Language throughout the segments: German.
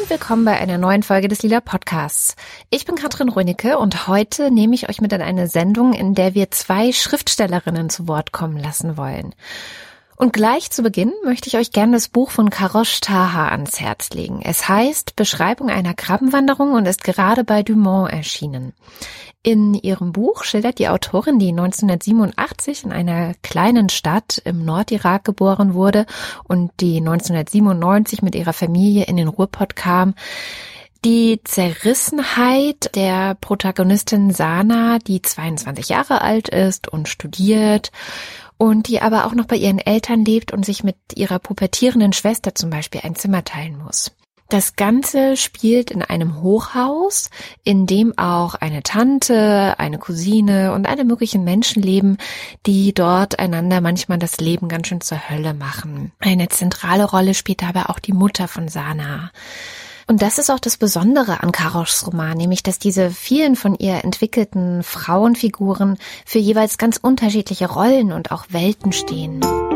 willkommen bei einer neuen Folge des Lila Podcasts. Ich bin Katrin Rönecke und heute nehme ich euch mit in eine Sendung, in der wir zwei Schriftstellerinnen zu Wort kommen lassen wollen. Und gleich zu Beginn möchte ich euch gerne das Buch von Kharosh Taha ans Herz legen. Es heißt Beschreibung einer Krabbenwanderung und ist gerade bei Dumont erschienen. In ihrem Buch schildert die Autorin, die 1987 in einer kleinen Stadt im Nordirak geboren wurde und die 1997 mit ihrer Familie in den Ruhrpott kam, die Zerrissenheit der Protagonistin Sana, die 22 Jahre alt ist und studiert und die aber auch noch bei ihren Eltern lebt und sich mit ihrer pubertierenden Schwester zum Beispiel ein Zimmer teilen muss. Das Ganze spielt in einem Hochhaus, in dem auch eine Tante, eine Cousine und alle möglichen Menschen leben, die dort einander manchmal das Leben ganz schön zur Hölle machen. Eine zentrale Rolle spielt dabei auch die Mutter von Sana. Und das ist auch das Besondere an Kharoshs Roman, nämlich dass diese vielen von ihr entwickelten Frauenfiguren für jeweils ganz unterschiedliche Rollen und auch Welten stehen.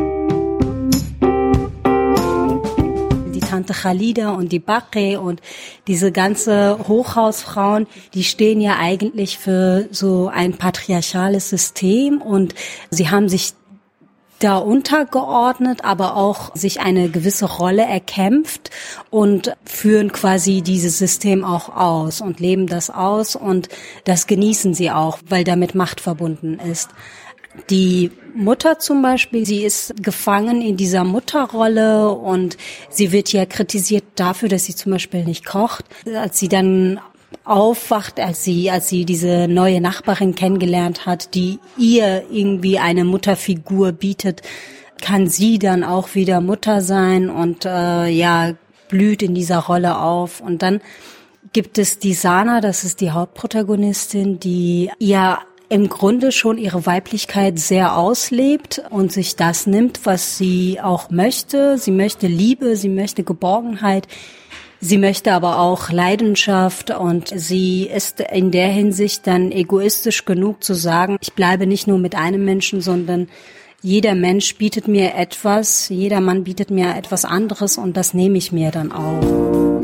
Die Tante Khalida und die Baqi und diese ganze Hochhausfrauen, die stehen ja eigentlich für so ein patriarchales System und sie haben sich da untergeordnet, aber auch sich eine gewisse Rolle erkämpft und führen quasi dieses System auch aus und leben das aus und das genießen sie auch, weil damit Macht verbunden ist. Die Mutter zum Beispiel, sie ist gefangen in dieser Mutterrolle und sie wird ja kritisiert dafür, dass sie zum Beispiel nicht kocht. Als sie dann aufwacht, als sie diese neue Nachbarin kennengelernt hat, die ihr irgendwie eine Mutterfigur bietet, kann sie dann auch wieder Mutter sein und blüht in dieser Rolle auf. Und dann gibt es die Sana, das ist die Hauptprotagonistin, die ja im Grunde schon ihre Weiblichkeit sehr auslebt und sich das nimmt, was sie auch möchte. Sie möchte Liebe, sie möchte Geborgenheit, sie möchte aber auch Leidenschaft und sie ist in der Hinsicht dann egoistisch genug zu sagen, ich bleibe nicht nur mit einem Menschen, sondern jeder Mensch bietet mir etwas, jeder Mann bietet mir etwas anderes und das nehme ich mir dann auch.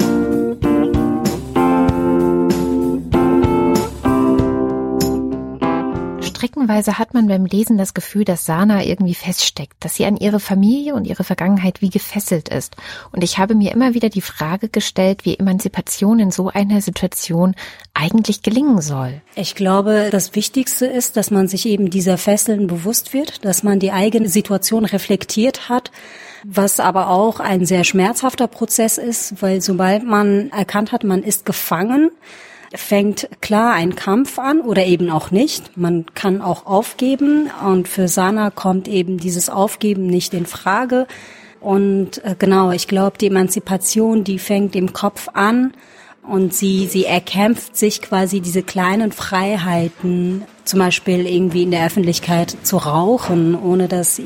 Streckenweise hat man beim Lesen das Gefühl, dass Sana irgendwie feststeckt, dass sie an ihre Familie und ihre Vergangenheit wie gefesselt ist. Und ich habe mir immer wieder die Frage gestellt, wie Emanzipation in so einer Situation eigentlich gelingen soll. Ich glaube, das Wichtigste ist, dass man sich eben dieser Fesseln bewusst wird, dass man die eigene Situation reflektiert hat, was aber auch ein sehr schmerzhafter Prozess ist, weil sobald man erkannt hat, man ist gefangen, fängt klar ein Kampf an oder eben auch nicht. Man kann auch aufgeben und für Sana kommt eben dieses Aufgeben nicht in Frage. Und ich glaube, die Emanzipation, die fängt im Kopf an und sie erkämpft sich quasi diese kleinen Freiheiten, zum Beispiel irgendwie in der Öffentlichkeit zu rauchen, ohne dass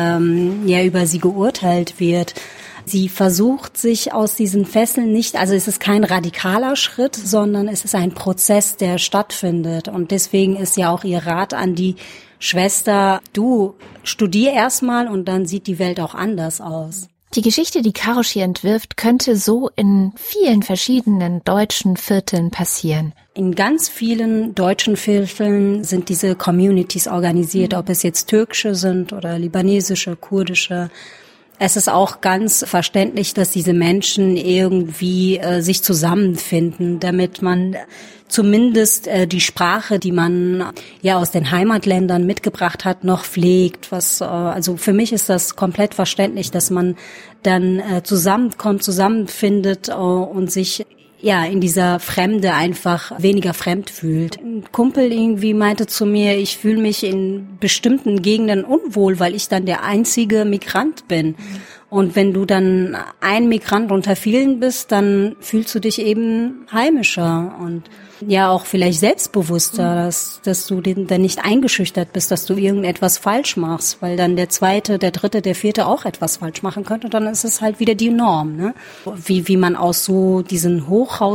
über sie geurteilt wird. Sie versucht sich aus diesen Fesseln nicht, also es ist kein radikaler Schritt, sondern es ist ein Prozess, der stattfindet. Und deswegen ist ja auch ihr Rat an die Schwester, du studier erstmal und dann sieht die Welt auch anders aus. Die Geschichte, die Kharosh hier entwirft, könnte so in vielen verschiedenen deutschen Vierteln passieren. In ganz vielen deutschen Vierteln sind diese Communities organisiert, ob es jetzt türkische sind oder libanesische, kurdische. Es ist auch ganz verständlich, dass diese Menschen irgendwie sich zusammenfinden, damit man zumindest die Sprache, die man ja aus den Heimatländern mitgebracht hat, noch pflegt. Also für mich ist das komplett verständlich, dass man dann zusammenkommt, zusammenfindet und sich in dieser Fremde einfach weniger fremd fühlt. Ein Kumpel irgendwie meinte zu mir, ich fühle mich in bestimmten Gegenden unwohl, weil ich dann der einzige Migrant bin. Und wenn du dann ein Migrant unter vielen bist, dann fühlst du dich eben heimischer und ja auch vielleicht selbstbewusster, dass du dann nicht eingeschüchtert bist, dass du irgendetwas falsch machst, weil dann der Zweite, der Dritte, der Vierte auch etwas falsch machen könnte. Und dann ist es halt wieder die Norm, ne? Wie man aus so diesen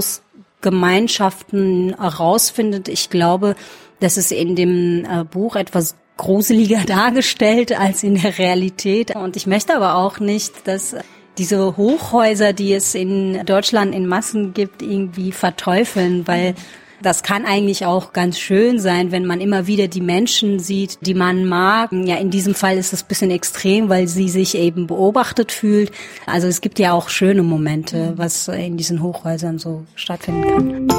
Hochhausgemeinschaften herausfindet. Ich glaube, das ist in dem Buch etwas gruseliger dargestellt als in der Realität. Und ich möchte aber auch nicht, dass diese Hochhäuser, die es in Deutschland in Massen gibt, irgendwie verteufeln, weil das kann eigentlich auch ganz schön sein, wenn man immer wieder die Menschen sieht, die man mag. Ja, in diesem Fall ist es ein bisschen extrem, weil sie sich eben beobachtet fühlt. Also es gibt ja auch schöne Momente, was in diesen Hochhäusern so stattfinden kann.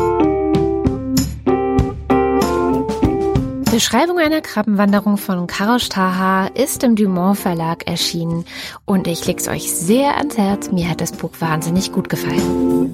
Beschreibung einer Krabbenwanderung von Karosh Taha ist im Dumont Verlag erschienen und ich leg's euch sehr ans Herz. Mir hat das Buch wahnsinnig gut gefallen.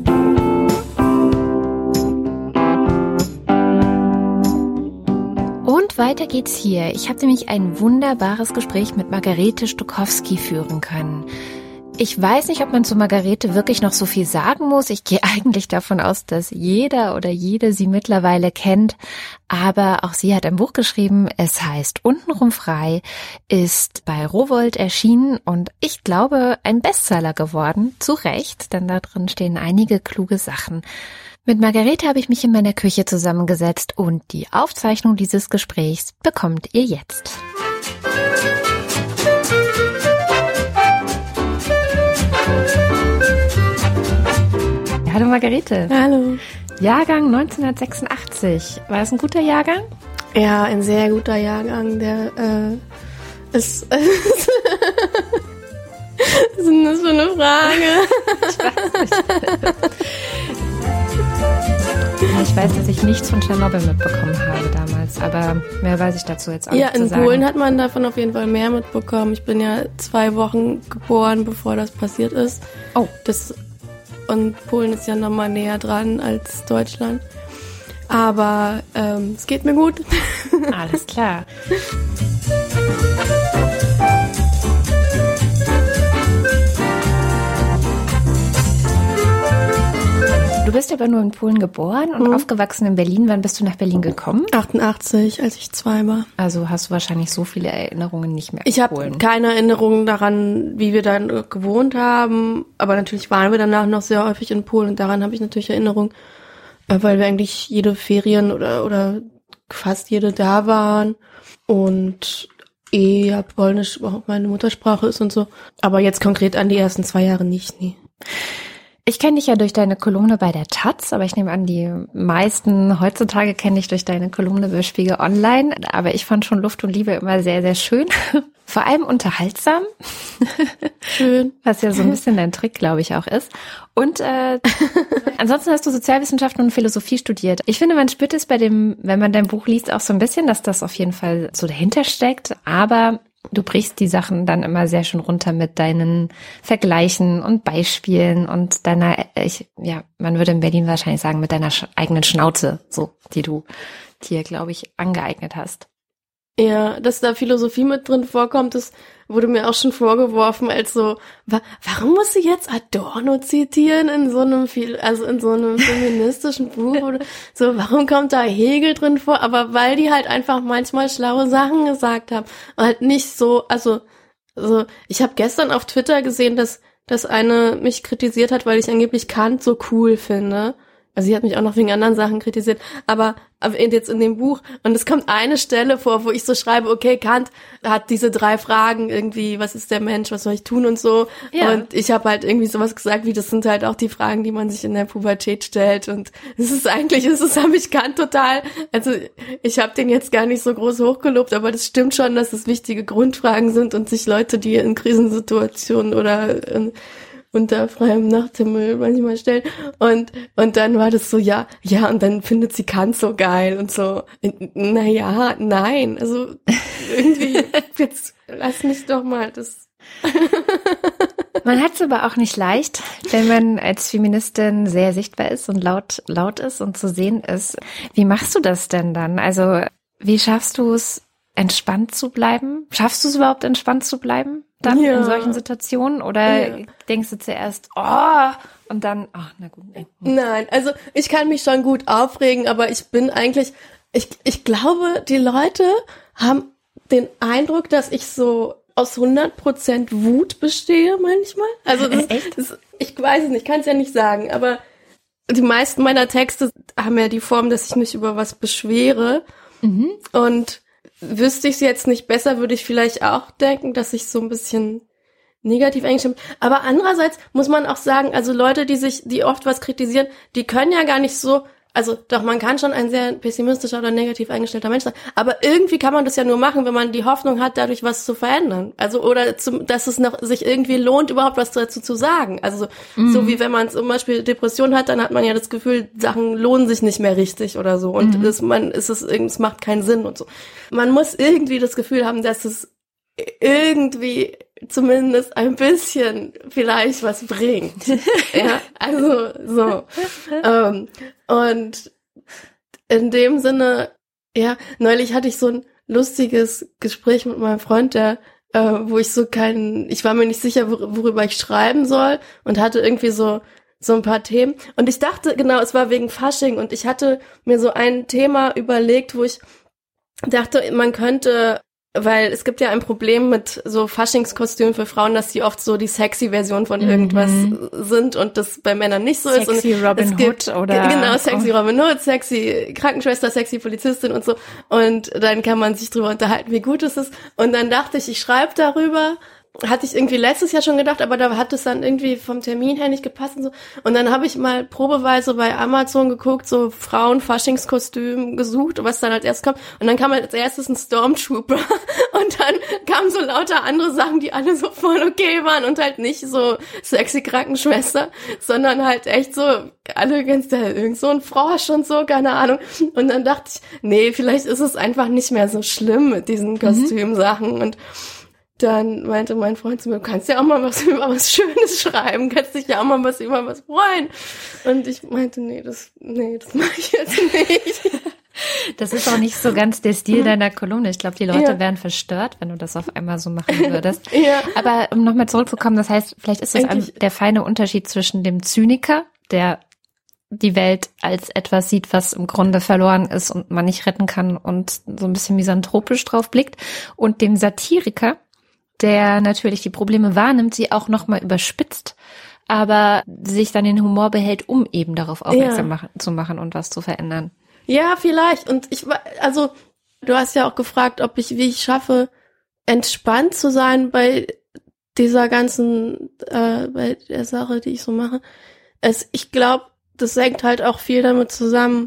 Und weiter geht's hier. Ich habe nämlich ein wunderbares Gespräch mit Margarete Stokowski führen können. Ich weiß nicht, ob man zu Margarete wirklich noch so viel sagen muss. Ich gehe eigentlich davon aus, dass jeder oder jede sie mittlerweile kennt. Aber auch sie hat ein Buch geschrieben. Es heißt Untenrum frei, ist bei Rowohlt erschienen und ich glaube, ein Bestseller geworden. Zu Recht, denn da drin stehen einige kluge Sachen. Mit Margarete habe ich mich in meiner Küche zusammengesetzt und die Aufzeichnung dieses Gesprächs bekommt ihr jetzt. Hallo Margarete. Hallo. Jahrgang 1986. War das ein guter Jahrgang? Ja, ein sehr guter Jahrgang. Der ist... Was ist denn das für eine Frage? Ich weiß nicht. Ich weiß, dass ich nichts von Tschernobyl mitbekommen habe damals, aber mehr weiß ich dazu jetzt auch nicht zu sagen. Ja, in Polen hat man davon auf jeden Fall mehr mitbekommen. Ich bin ja 2 Wochen geboren, bevor das passiert ist. Oh. Und Polen ist ja nochmal näher dran als Deutschland. Aber es geht mir gut. Alles klar. Du bist aber nur in Polen geboren und aufgewachsen in Berlin. Wann bist du nach Berlin gekommen? 88, als ich 2 war. Also hast du wahrscheinlich so viele Erinnerungen nicht mehr an Ich habe keine Erinnerungen daran, wie wir dann gewohnt haben. Aber natürlich waren wir danach noch sehr häufig in Polen. Und daran habe ich natürlich Erinnerungen, weil wir eigentlich jede Ferien oder fast jede da waren. Und ja, Polnisch überhaupt meine Muttersprache ist und so. Aber jetzt konkret an die ersten 2 Jahre nicht, nee. Ich kenne dich ja durch deine Kolumne bei der Taz, aber ich nehme an, die meisten heutzutage kenne ich durch deine Kolumne bei Spiegel Online. Aber ich fand schon Luft und Liebe immer sehr, sehr schön. Vor allem unterhaltsam. Schön. Was ja so ein bisschen dein Trick, glaube ich, auch ist. Und ansonsten hast du Sozialwissenschaften und Philosophie studiert. Ich finde, man spürt es wenn man dein Buch liest, auch so ein bisschen, dass das auf jeden Fall so dahinter steckt. Aber du brichst die Sachen dann immer sehr schön runter mit deinen Vergleichen und Beispielen und man würde in Berlin wahrscheinlich sagen, mit deiner eigenen Schnauze, so, die du dir, glaube ich, angeeignet hast. Ja, dass da Philosophie mit drin vorkommt, das wurde mir auch schon vorgeworfen, als so, warum muss sie jetzt Adorno zitieren in so einem feministischen Buch oder so, warum kommt da Hegel drin vor? Aber weil die halt einfach manchmal schlaue Sachen gesagt haben und halt nicht so, ich habe gestern auf Twitter gesehen, dass eine mich kritisiert hat, weil ich angeblich Kant so cool finde. Also sie hat mich auch noch wegen anderen Sachen kritisiert, aber jetzt in dem Buch, und es kommt eine Stelle vor, wo ich so schreibe, okay, Kant hat diese 3 Fragen irgendwie, was ist der Mensch, was soll ich tun und so, ja. Und ich habe halt irgendwie sowas gesagt, wie das sind halt auch die Fragen, die man sich in der Pubertät stellt, und habe ich Kant total, also ich habe den jetzt gar nicht so groß hochgelobt, aber das stimmt schon, dass es wichtige Grundfragen sind und sich Leute, die in Krisensituationen oder unter freiem Nachthimmel manchmal stellen. Und dann war das so, ja, und dann findet sie Kant so geil und so. Naja, nein, also irgendwie, jetzt lass mich doch mal das. Man hat es aber auch nicht leicht, wenn man als Feministin sehr sichtbar ist und laut ist und zu sehen ist. Wie machst du das denn dann? Also, wie schaffst du es, entspannt zu bleiben? Schaffst du es überhaupt, entspannt zu bleiben? Dann in solchen Situationen? Oder denkst du zuerst, und dann, na gut. Nein, also ich kann mich schon gut aufregen, aber ich bin eigentlich, ich glaube, die Leute haben den Eindruck, dass ich so aus 100% Wut bestehe manchmal. Also ich weiß es nicht, kann es ja nicht sagen, aber die meisten meiner Texte haben ja die Form, dass ich mich über was beschwere. Mhm. Und wüsste ich es jetzt nicht besser, würde ich vielleicht auch denken, dass ich so ein bisschen negativ eingestellt. Aber andererseits muss man auch sagen, also Leute, die oft was kritisieren, die können ja gar nicht so, also doch, man kann schon ein sehr pessimistischer oder negativ eingestellter Mensch sein, aber irgendwie kann man das ja nur machen, wenn man die Hoffnung hat, dadurch was zu verändern. Also, oder dass es noch sich irgendwie lohnt, überhaupt was dazu zu sagen. Also, so wie wenn man zum Beispiel Depression hat, dann hat man ja das Gefühl, Sachen lohnen sich nicht mehr richtig oder so. Und es macht keinen Sinn und so. Man muss irgendwie das Gefühl haben, dass es irgendwie zumindest ein bisschen vielleicht was bringt. Ja, also so. Und in dem Sinne, ja, neulich hatte ich so ein lustiges Gespräch mit meinem Freund, wo ich ich war mir nicht sicher, worüber ich schreiben soll und hatte irgendwie so ein paar Themen. Und ich dachte, genau, es war wegen Fasching und ich hatte mir so ein Thema überlegt, wo ich dachte, man könnte, weil es gibt ja ein Problem mit so Faschingskostümen für Frauen, dass die oft so die sexy Version von irgendwas sind und das bei Männern nicht so ist. Sexy Robin Hood oder... Genau, sexy Robin Hood, sexy Krankenschwester, sexy Polizistin und so. Und dann kann man sich drüber unterhalten, wie gut es ist. Und dann dachte ich schreibe darüber. Hatte ich irgendwie letztes Jahr schon gedacht, aber da hat es dann irgendwie vom Termin her nicht gepasst und so. Und dann habe ich mal probeweise bei Amazon geguckt, so Frauen-Faschingskostüm gesucht, was dann als erstes kommt. Und dann kam halt als erstes ein Stormtrooper. Und dann kamen so lauter andere Sachen, die alle so voll okay waren und halt nicht so sexy Krankenschwester, sondern halt echt so, alle kennst du halt irgend so ein Frosch und so, keine Ahnung. Und dann dachte ich, nee, vielleicht ist es einfach nicht mehr so schlimm mit diesen Kostümsachen und dann meinte mein Freund zu mir, du kannst ja auch mal was über was Schönes schreiben, kannst dich ja auch mal über was freuen. Und ich meinte, nee, das mache ich jetzt nicht. Das ist auch nicht so ganz der Stil deiner Kolumne. Ich glaube, die Leute wären verstört, wenn du das auf einmal so machen würdest. Ja. Aber um nochmal zurückzukommen, das heißt, vielleicht ist das der feine Unterschied zwischen dem Zyniker, der die Welt als etwas sieht, was im Grunde verloren ist und man nicht retten kann und so ein bisschen misanthropisch drauf blickt, und dem Satiriker, der natürlich die Probleme wahrnimmt, sie auch nochmal überspitzt, aber sich dann den Humor behält, um eben darauf aufmerksam zu machen und was zu verändern. Ja, vielleicht. Und du hast ja auch gefragt, wie ich schaffe, entspannt zu sein bei dieser ganzen, bei der Sache, die ich so mache. Ich glaube, das hängt halt auch viel damit zusammen,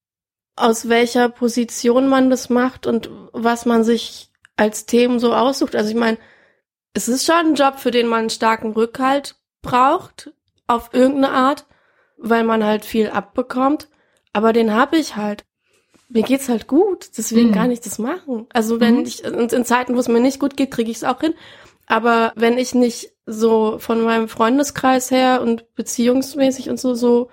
aus welcher Position man das macht und was man sich als Themen so aussucht. Also ich meine, es ist schon ein Job, für den man einen starken Rückhalt braucht, auf irgendeine Art, weil man halt viel abbekommt. Aber den habe ich halt. Mir geht's halt gut, deswegen kann ich das machen. Also wenn und in Zeiten, wo es mir nicht gut geht, kriege ich es auch hin. Aber wenn ich nicht so von meinem Freundeskreis her und beziehungsmäßig und so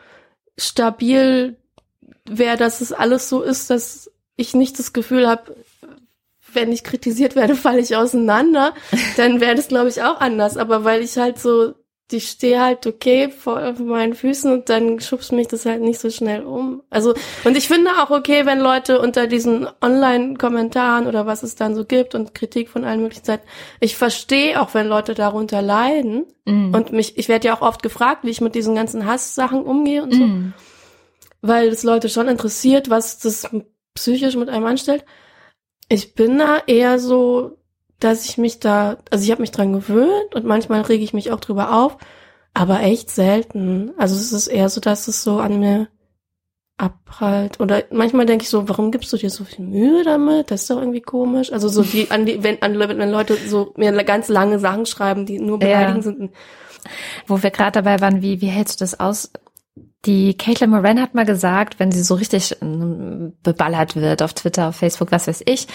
stabil wäre, dass es alles so ist, dass ich nicht das Gefühl habe, wenn ich kritisiert werde, falle ich auseinander, dann wäre das, glaube ich, auch anders. Aber weil ich halt so, ich stehe halt okay vor meinen Füßen und dann schubst mich das halt nicht so schnell um. Also, und ich finde auch okay, wenn Leute unter diesen Online-Kommentaren oder was es dann so gibt und Kritik von allen möglichen Seiten, ich verstehe auch, wenn Leute darunter leiden. Und ich werde ja auch oft gefragt, wie ich mit diesen ganzen Hasssachen umgehe und so. Weil das Leute schon interessiert, was das psychisch mit einem anstellt. Ich bin da eher so, dass ich ich habe mich dran gewöhnt und manchmal rege ich mich auch drüber auf, aber echt selten. Also es ist eher so, dass es so an mir abprallt. Oder manchmal denke ich so, warum gibst du dir so viel Mühe damit? Das ist doch irgendwie komisch. Also so wenn Leute so mir ganz lange Sachen schreiben, die nur beleidigend sind. Wo wir gerade dabei waren, wie hältst du das aus? Die Caitlin Moran hat mal gesagt, wenn sie so richtig beballert wird auf Twitter, auf Facebook, was weiß ich,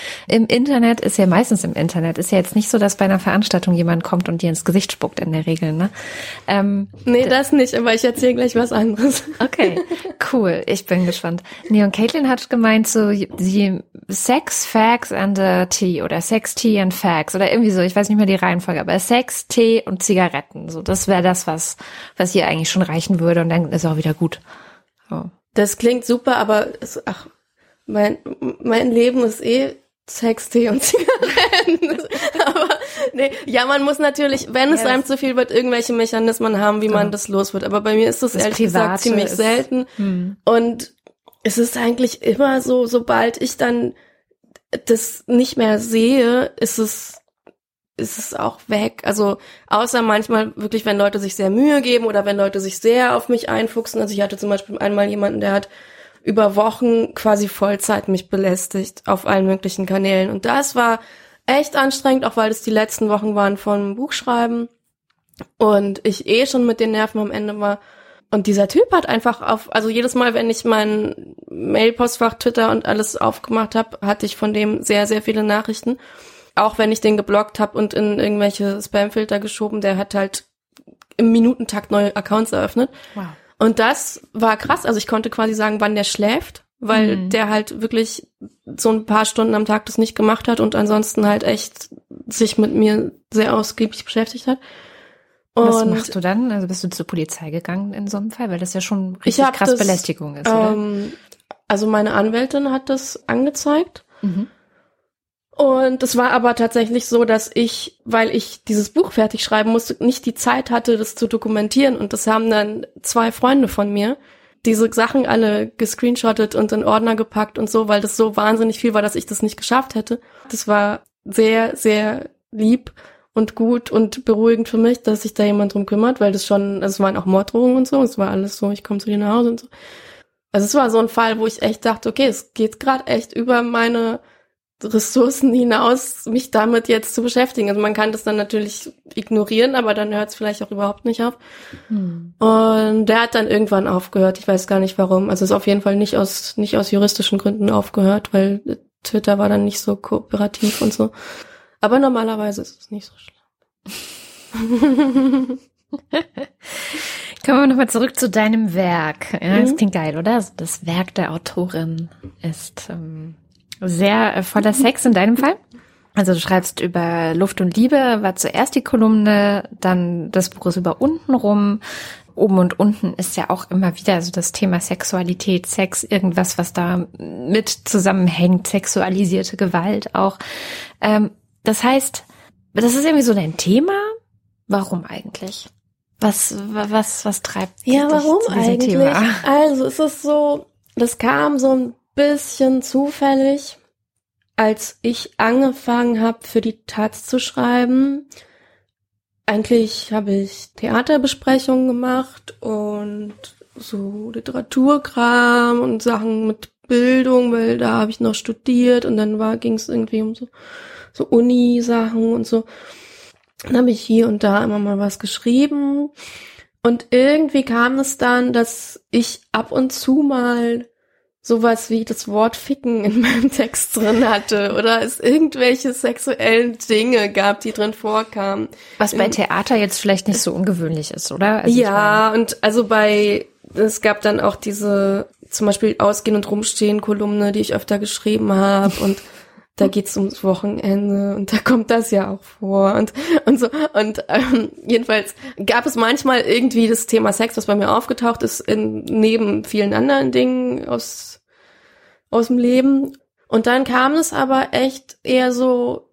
meistens im Internet, ist ja jetzt nicht so, dass bei einer Veranstaltung jemand kommt und dir ins Gesicht spuckt in der Regel, ne? Nee, das nicht, aber ich erzähle gleich was anderes. Okay, cool, ich bin gespannt. Nee, und Caitlin hat gemeint, so die Sex, Facts and Tea oder Sex, Tea and Facts oder irgendwie so, ich weiß nicht mehr die Reihenfolge, aber Sex, Tee und Zigaretten, so, das wäre das, was ihr eigentlich schon reichen würde und dann ist auch wieder gut. Oh. Das klingt super, aber mein Leben ist Sex, Tee und Zigaretten. Aber nee, ja, man muss natürlich, wenn es einem zu viel wird, irgendwelche Mechanismen haben, wie man das los wird. Aber bei mir ist das ehrlich gesagt ziemlich selten. Und es ist eigentlich immer so, sobald ich dann das nicht mehr sehe, ist ist es auch weg. Also außer manchmal wirklich, wenn Leute sich sehr Mühe geben oder wenn Leute sich sehr auf mich einfuchsen. Also ich hatte zum Beispiel einmal jemanden, der hat über Wochen quasi Vollzeit mich belästigt auf allen möglichen Kanälen. Und das war echt anstrengend, auch weil es die letzten Wochen waren vom Buchschreiben und ich schon mit den Nerven am Ende war. Und dieser Typ hat einfach also jedes Mal, wenn ich mein Mailpostfach, Twitter und alles aufgemacht habe, hatte ich von dem sehr, sehr viele Nachrichten. Auch wenn ich den geblockt habe und in irgendwelche Spamfilter geschoben, der hat halt im Minutentakt neue Accounts eröffnet. Wow. Und das war krass. Also ich konnte quasi sagen, wann der schläft, weil der halt wirklich so ein paar Stunden am Tag das nicht gemacht hat und ansonsten halt echt sich mit mir sehr ausgiebig beschäftigt hat. Und was machst du dann? Also bist du zur Polizei gegangen in so einem Fall? Weil das ja schon richtig krass Belästigung ist, oder? Also meine Anwältin hat das angezeigt. Mhm. Und es war aber tatsächlich so, dass weil ich dieses Buch fertig schreiben musste, nicht die Zeit hatte, das zu dokumentieren. Und das haben dann 2 Freunde von mir diese Sachen alle gescreenshottet und in Ordner gepackt und so, weil das so wahnsinnig viel war, dass ich das nicht geschafft hätte. Das war sehr, sehr lieb und gut und beruhigend für mich, dass sich da jemand drum kümmert, weil das schon, also es waren auch Morddrohungen und so, es war alles so, ich komme zu dir nach Hause und so. Also es war so ein Fall, wo ich echt dachte, okay, es geht gerade echt über meine Ressourcen hinaus, mich damit jetzt zu beschäftigen. Also man kann das dann natürlich ignorieren, aber dann hört es vielleicht auch überhaupt nicht auf. Und der hat dann irgendwann aufgehört. Ich weiß gar nicht warum. Also es ist auf jeden Fall nicht aus juristischen Gründen aufgehört, weil Twitter war dann nicht so kooperativ und so. Aber normalerweise ist es nicht so schlimm. Kommen wir nochmal zurück zu deinem Werk. Ja, das klingt geil, oder? Also das Werk der Autorin ist sehr voller Sex in deinem Fall. Also du schreibst über Luft und Liebe, war zuerst die Kolumne, dann das Buch ist über untenrum. Oben und unten ist ja auch immer wieder also das Thema Sexualität, Sex, irgendwas, was da mit zusammenhängt, sexualisierte Gewalt auch. Das heißt, das ist irgendwie so dein Thema. Warum eigentlich? Was treibt dich warum zu diesem eigentlich? Thema? Also es ist so, das kam so ein bisschen zufällig, als ich angefangen habe, für die Taz zu schreiben. Eigentlich habe ich Theaterbesprechungen gemacht und so Literaturkram und Sachen mit Bildung, weil da habe ich noch studiert und dann ging es irgendwie um so Uni-Sachen und so. Dann habe ich hier und da immer mal was geschrieben und irgendwie kam es dann, dass ich ab und zu mal sowas wie das Wort Ficken in meinem Text drin hatte oder es irgendwelche sexuellen Dinge gab, die drin vorkamen. Was bei Theater jetzt vielleicht nicht so ungewöhnlich ist, oder? Also ja, und also es gab dann auch diese zum Beispiel Ausgehen und Rumstehen Kolumne, die ich öfter geschrieben habe und da geht's ums Wochenende und da kommt das ja auch vor und so und jedenfalls gab es manchmal irgendwie das Thema Sex, was bei mir aufgetaucht ist, neben vielen anderen Dingen aus dem Leben und dann kam es aber echt eher so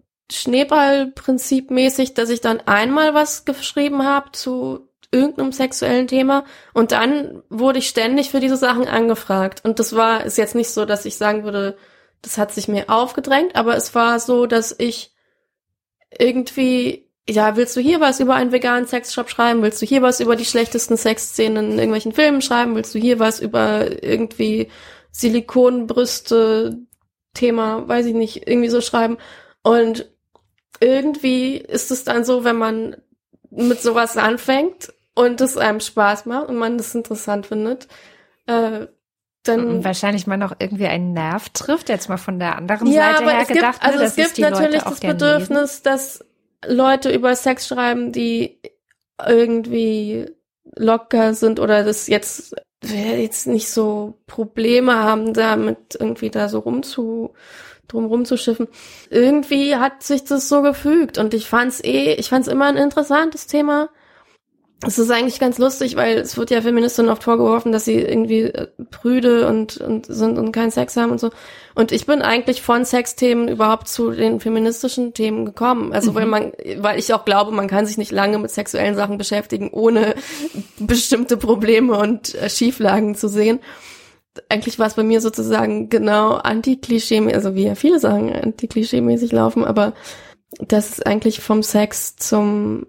Schneeballprinzipmäßig, dass ich dann einmal was geschrieben habe zu irgendeinem sexuellen Thema und dann wurde ich ständig für diese Sachen angefragt und ist jetzt nicht so, dass ich sagen würde, das hat sich mir aufgedrängt, aber es war so, dass ich irgendwie, ja, willst du hier was über einen veganen Sexshop schreiben? Willst du hier was über die schlechtesten Sexszenen in irgendwelchen Filmen schreiben? Willst du hier was über irgendwie Silikonbrüste, Thema, weiß ich nicht, irgendwie so schreiben? Und irgendwie ist es dann so, wenn man mit sowas anfängt und es einem Spaß macht und man das interessant findet, dann wahrscheinlich man auch irgendwie einen Nerv trifft, jetzt mal von der anderen Seite her gedacht. Also es gibt natürlich das Bedürfnis, dass Leute über Sex schreiben, die irgendwie locker sind oder das jetzt nicht so Probleme haben, damit irgendwie da so drum rumzuschiffen. Irgendwie hat sich das so gefügt und ich fand's immer ein interessantes Thema. Es ist eigentlich ganz lustig, weil es wird ja Feministinnen oft vorgeworfen, dass sie irgendwie prüde und sind und keinen Sex haben und so. Und ich bin eigentlich von Sexthemen überhaupt zu den feministischen Themen gekommen. Also weil ich auch glaube, man kann sich nicht lange mit sexuellen Sachen beschäftigen, ohne bestimmte Probleme und Schieflagen zu sehen. Eigentlich war es bei mir sozusagen genau anti-Klischee, also wie ja viele Sachen anti-Klischee-mäßig laufen, aber Das ist eigentlich vom Sex zum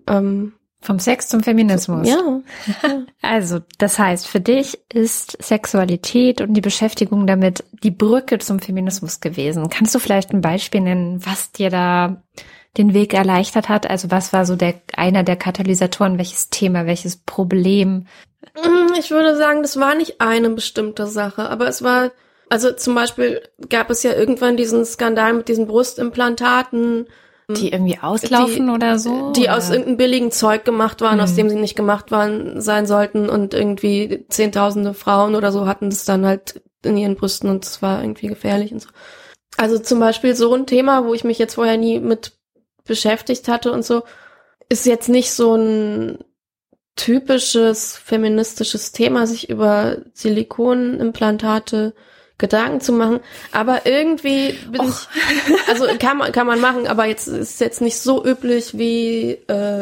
Feminismus. Ja. Also, das heißt, für dich ist Sexualität und die Beschäftigung damit die Brücke zum Feminismus gewesen. Kannst du vielleicht ein Beispiel nennen, was dir da den Weg erleichtert hat? Also, was war so einer der Katalysatoren? Welches Thema, welches Problem? Ich würde sagen, das war nicht eine bestimmte Sache, aber es war, also zum Beispiel gab es ja irgendwann diesen Skandal mit diesen Brustimplantaten, die irgendwie auslaufen oder so? Die aus irgendeinem billigen Zeug gemacht waren, aus dem sie nicht gemacht sein sollten, und irgendwie Zehntausende Frauen oder so hatten das dann halt in ihren Brüsten und es war irgendwie gefährlich und so. Also zum Beispiel so ein Thema, wo ich mich jetzt vorher nie mit beschäftigt hatte und so, ist jetzt nicht so ein typisches feministisches Thema, sich über Silikonimplantate Gedanken zu machen, aber irgendwie bin ich, also kann man machen, aber ist jetzt nicht so üblich wie,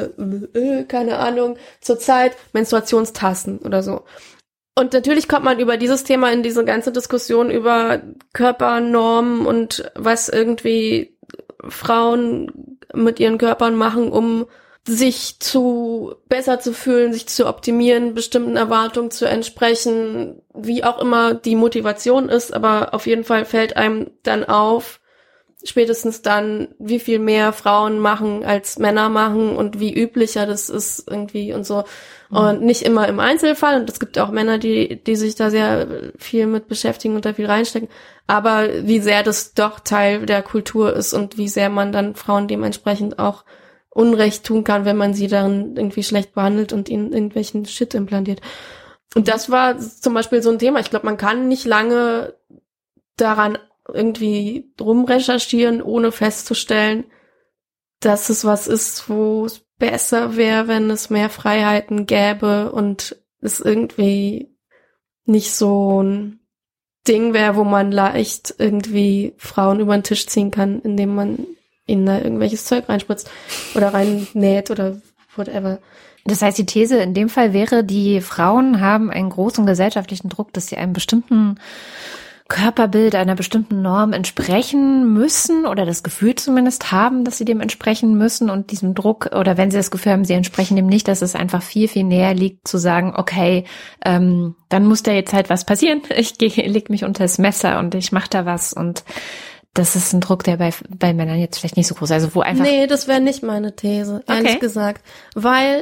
keine Ahnung, zurzeit Menstruationstassen oder so. Und natürlich kommt man über dieses Thema in diese ganze Diskussion über Körpernormen und was irgendwie Frauen mit ihren Körpern machen, um sich besser zu fühlen, sich zu optimieren, bestimmten Erwartungen zu entsprechen, wie auch immer die Motivation ist, aber auf jeden Fall fällt einem dann auf, spätestens dann, wie viel mehr Frauen machen als Männer machen und wie üblicher das ist irgendwie und so. Und nicht immer im Einzelfall, und es gibt auch Männer, die sich da sehr viel mit beschäftigen und da viel reinstecken, aber wie sehr das doch Teil der Kultur ist und wie sehr man dann Frauen dementsprechend auch Unrecht tun kann, wenn man sie dann irgendwie schlecht behandelt und ihnen irgendwelchen Shit implantiert. Und das war zum Beispiel so ein Thema. Ich glaube, man kann nicht lange daran irgendwie drum recherchieren, ohne festzustellen, dass es was ist, wo es besser wäre, wenn es mehr Freiheiten gäbe und es irgendwie nicht so ein Ding wäre, wo man leicht irgendwie Frauen über den Tisch ziehen kann, indem man ihnen da irgendwelches Zeug reinspritzt oder reinnäht oder whatever. Das heißt, die These in dem Fall wäre, die Frauen haben einen großen gesellschaftlichen Druck, dass sie einem bestimmten Körperbild, einer bestimmten Norm entsprechen müssen oder das Gefühl zumindest haben, dass sie dem entsprechen müssen, und diesem Druck, oder wenn sie das Gefühl haben, sie entsprechen dem nicht, dass es einfach viel, viel näher liegt zu sagen, okay, dann muss da jetzt halt was passieren. Ich leg mich unter das Messer und ich mache da was, und das ist ein Druck, der bei Männern jetzt vielleicht nicht so groß ist. Also wo einfach. Nee, das wäre nicht meine These, ehrlich gesagt. Weil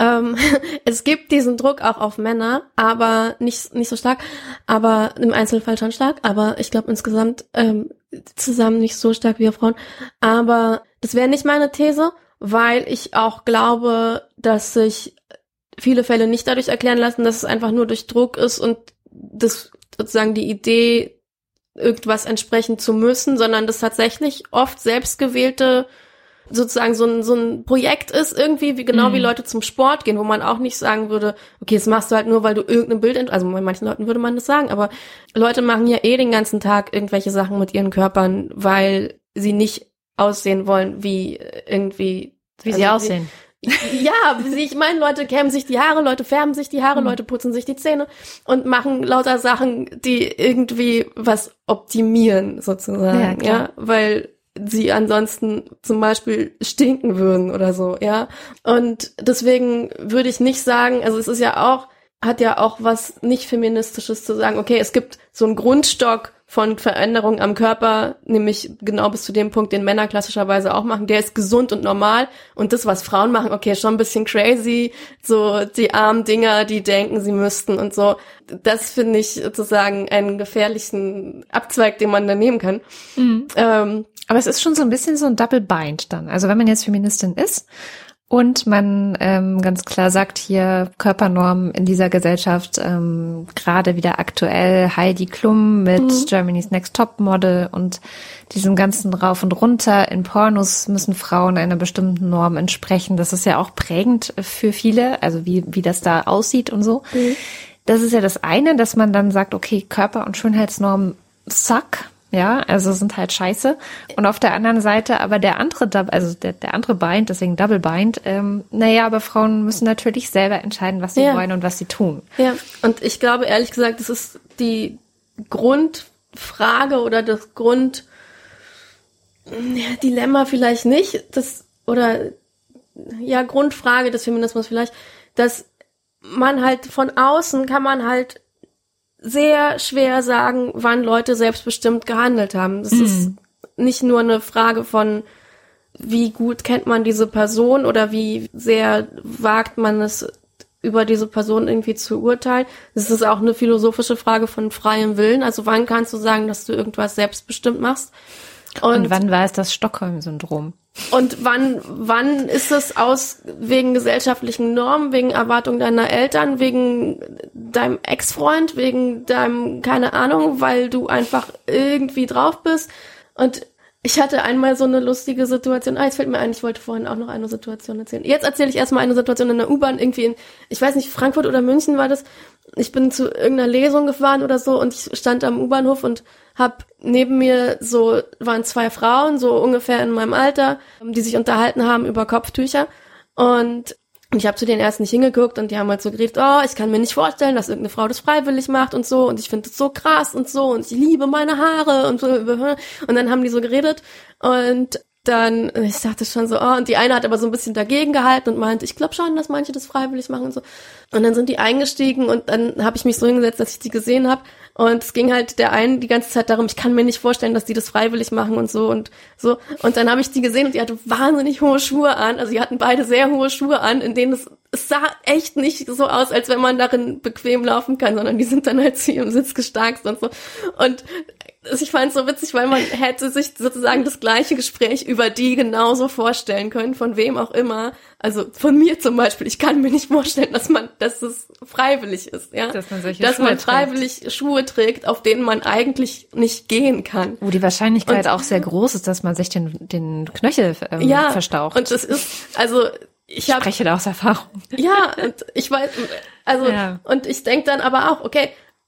es gibt diesen Druck auch auf Männer, aber nicht so stark, aber im Einzelfall schon stark, aber ich glaube insgesamt zusammen nicht so stark wie auf Frauen. Aber das wäre nicht meine These, weil ich auch glaube, dass sich viele Fälle nicht dadurch erklären lassen, dass es einfach nur durch Druck ist und das sozusagen die Idee, irgendwas entsprechen zu müssen, sondern das tatsächlich oft selbstgewählte, sozusagen so ein Projekt ist, irgendwie wie Leute zum Sport gehen, wo man auch nicht sagen würde, okay, das machst du halt nur, weil du irgendein Bild, also bei manchen Leuten würde man das sagen, aber Leute machen ja den ganzen Tag irgendwelche Sachen mit ihren Körpern, weil sie nicht aussehen wollen wie irgendwie, wie sie aussehen. Ja, ich meine, Leute kämmen sich die Haare, Leute färben sich die Haare, Leute putzen sich die Zähne und machen lauter Sachen, die irgendwie was optimieren, sozusagen, ja, weil sie ansonsten zum Beispiel stinken würden oder so, ja. Und deswegen würde ich nicht sagen, also es ist hat ja auch was nicht Feministisches zu sagen, okay, es gibt so einen Grundstock von Veränderungen am Körper, nämlich genau bis zu dem Punkt, den Männer klassischerweise auch machen, der ist gesund und normal, und das, was Frauen machen, okay, schon ein bisschen crazy, so die armen Dinger, die denken, sie müssten und so, das finde ich sozusagen einen gefährlichen Abzweig, den man da nehmen kann. Aber es ist schon so ein bisschen so ein Double Bind dann, also wenn man jetzt Feministin ist und man ganz klar sagt, hier Körpernormen in dieser Gesellschaft, gerade wieder aktuell Heidi Klum mit Germany's Next Top Model und diesem ganzen Rauf und Runter. In Pornos müssen Frauen einer bestimmten Norm entsprechen. Das ist ja auch prägend für viele, also wie das da aussieht und so. Das ist ja das eine, dass man dann sagt, okay, Körper- und Schönheitsnormen suck. Ja, also sind halt scheiße. Und auf der anderen Seite aber der andere Bind, deswegen Double Bind, aber Frauen müssen natürlich selber entscheiden, was sie wollen und was sie tun. Ja, und ich glaube, ehrlich gesagt, das ist die Grundfrage oder das ja, Dilemma vielleicht nicht, Grundfrage des Feminismus vielleicht, dass man halt von außen kann man halt sehr schwer sagen, wann Leute selbstbestimmt gehandelt haben. Das ist nicht nur eine Frage von, wie gut kennt man diese Person oder wie sehr wagt man es, über diese Person irgendwie zu urteilen. Das ist auch eine philosophische Frage von freiem Willen. Also wann kannst du sagen, dass du irgendwas selbstbestimmt machst? Und wann war es das Stockholm-Syndrom? Und wann ist es wegen gesellschaftlichen Normen, wegen Erwartungen deiner Eltern, wegen deinem Ex-Freund, wegen deinem, keine Ahnung, weil du einfach irgendwie drauf bist. Und ich hatte einmal so eine lustige Situation. Jetzt fällt mir ein, ich wollte vorhin auch noch eine Situation erzählen. Jetzt erzähle ich erstmal eine Situation in der U-Bahn, irgendwie in, ich weiß nicht, Frankfurt oder München war das. Ich bin zu irgendeiner Lesung gefahren oder so und ich stand am U-Bahnhof und hab neben mir waren 2 Frauen, so ungefähr in meinem Alter, die sich unterhalten haben über Kopftücher. Und ich habe zu denen erst nicht hingeguckt und die haben halt so geredet, ich kann mir nicht vorstellen, dass irgendeine Frau das freiwillig macht und so und ich finde das so krass und so und ich liebe meine Haare und so. Und dann haben die so geredet und dann, ich dachte schon so, und die eine hat aber so ein bisschen dagegen gehalten und meinte, ich glaube schon, dass manche das freiwillig machen und so. Und dann sind die eingestiegen und dann habe ich mich so hingesetzt, dass ich die gesehen habe. Und es ging halt der einen die ganze Zeit darum, ich kann mir nicht vorstellen, dass die das freiwillig machen und so und so. Und dann habe ich die gesehen und die hatte wahnsinnig hohe Schuhe an. Also die hatten beide sehr hohe Schuhe an, in denen es sah echt nicht so aus, als wenn man darin bequem laufen kann, sondern die sind dann halt zu ihrem Sitz gestarkt und so. Und ich fand es so witzig, weil man hätte sich sozusagen das gleiche Gespräch über die genauso vorstellen können, von wem auch immer. Also von mir zum Beispiel. Ich kann mir nicht vorstellen, dass es freiwillig ist, ja. Dass man freiwillig Schuhe trägt, auf denen man eigentlich nicht gehen kann. Wo die Wahrscheinlichkeit auch sehr groß ist, dass man sich den Knöchel verstaucht. Und es ist, also ich spreche da aus Erfahrung. Ja, und ich weiß, also und ich denke dann aber auch, okay,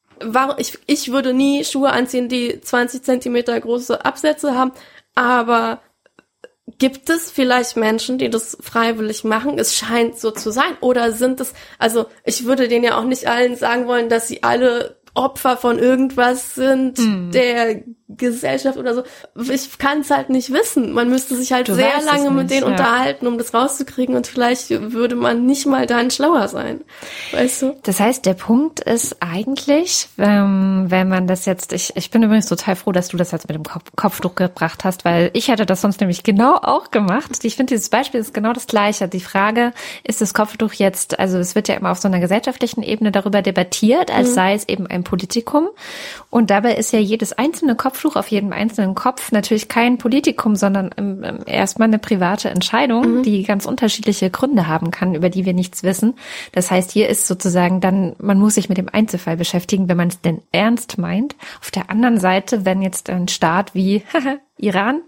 ich würde nie Schuhe anziehen, die 20 Zentimeter große Absätze haben, aber gibt es vielleicht Menschen, die das freiwillig machen? Es scheint so zu sein. Oder sind es, also ich würde denen ja auch nicht allen sagen wollen, dass sie alle Opfer von irgendwas sind, der Gesellschaft oder so. Ich kann es halt nicht wissen. Man müsste sich halt sehr lange mit denen unterhalten, um das rauszukriegen und vielleicht würde man nicht mal dann schlauer sein. Weißt du? Das heißt, der Punkt ist eigentlich, wenn man das jetzt, ich bin übrigens total froh, dass du das jetzt mit dem Kopftuch gebracht hast, weil ich hätte das sonst nämlich genau auch gemacht. Ich finde, dieses Beispiel ist genau das Gleiche. Die Frage, ist das Kopftuch jetzt, also es wird ja immer auf so einer gesellschaftlichen Ebene darüber debattiert, als sei es eben ein Politikum. Und dabei ist ja jedes einzelne Kopftuch auf jedem einzelnen Kopf natürlich kein Politikum, sondern erstmal eine private Entscheidung, die ganz unterschiedliche Gründe haben kann, über die wir nichts wissen. Das heißt, hier ist sozusagen dann, man muss sich mit dem Einzelfall beschäftigen, wenn man es denn ernst meint. Auf der anderen Seite, wenn jetzt ein Staat wie Iran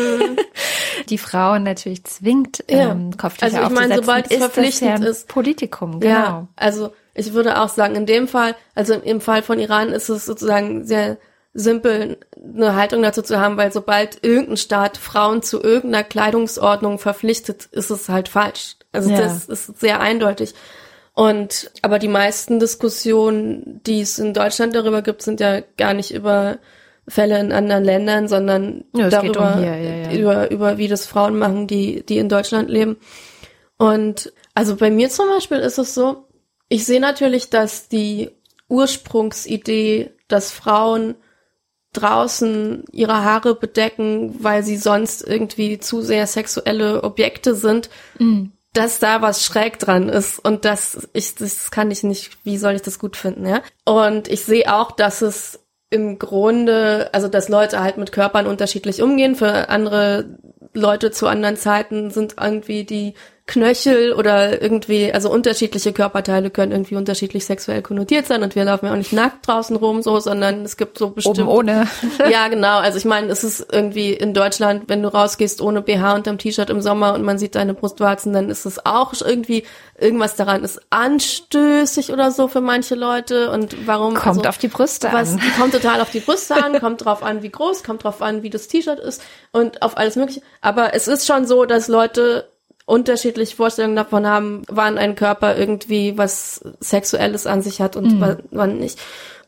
die Frauen natürlich zwingt, Kopftücher aufzusetzen, meine, sobald es verpflichtend ist Politikum, genau. Ja, also ich würde auch sagen, in dem Fall, also im Fall von Iran ist es sozusagen sehr simpel, eine Haltung dazu zu haben, weil sobald irgendein Staat Frauen zu irgendeiner Kleidungsordnung verpflichtet, ist es halt falsch. Also das ist sehr eindeutig. Aber die meisten Diskussionen, die es in Deutschland darüber gibt, sind ja gar nicht über Fälle in anderen Ländern, sondern darüber, über wie das Frauen machen, die in Deutschland leben. Und also bei mir zum Beispiel ist es so, ich sehe natürlich, dass die Ursprungsidee, dass Frauen draußen ihre Haare bedecken, weil sie sonst irgendwie zu sehr sexuelle Objekte sind, dass da was schräg dran ist und das kann ich nicht, wie soll ich das gut finden, ja? Und ich sehe auch, dass es im Grunde, also dass Leute halt mit Körpern unterschiedlich umgehen. Für andere Leute zu anderen Zeiten sind irgendwie die Knöchel oder irgendwie, also unterschiedliche Körperteile können irgendwie unterschiedlich sexuell konnotiert sein und wir laufen ja auch nicht nackt draußen rum so, sondern es gibt so bestimmt... Oben ohne. Ja, genau. Also ich meine, es ist irgendwie in Deutschland, wenn du rausgehst ohne BH unterm T-Shirt im Sommer und man sieht deine Brustwarzen, dann ist es auch irgendwie, irgendwas daran ist anstößig oder so für manche Leute und warum... Kommt auf die Brüste an. Kommt total auf die Brüste an, kommt drauf an, wie groß, kommt drauf an, wie das T-Shirt ist und auf alles Mögliche. Aber es ist schon so, dass Leute unterschiedliche Vorstellungen davon haben, wann ein Körper irgendwie was Sexuelles an sich hat und wann nicht.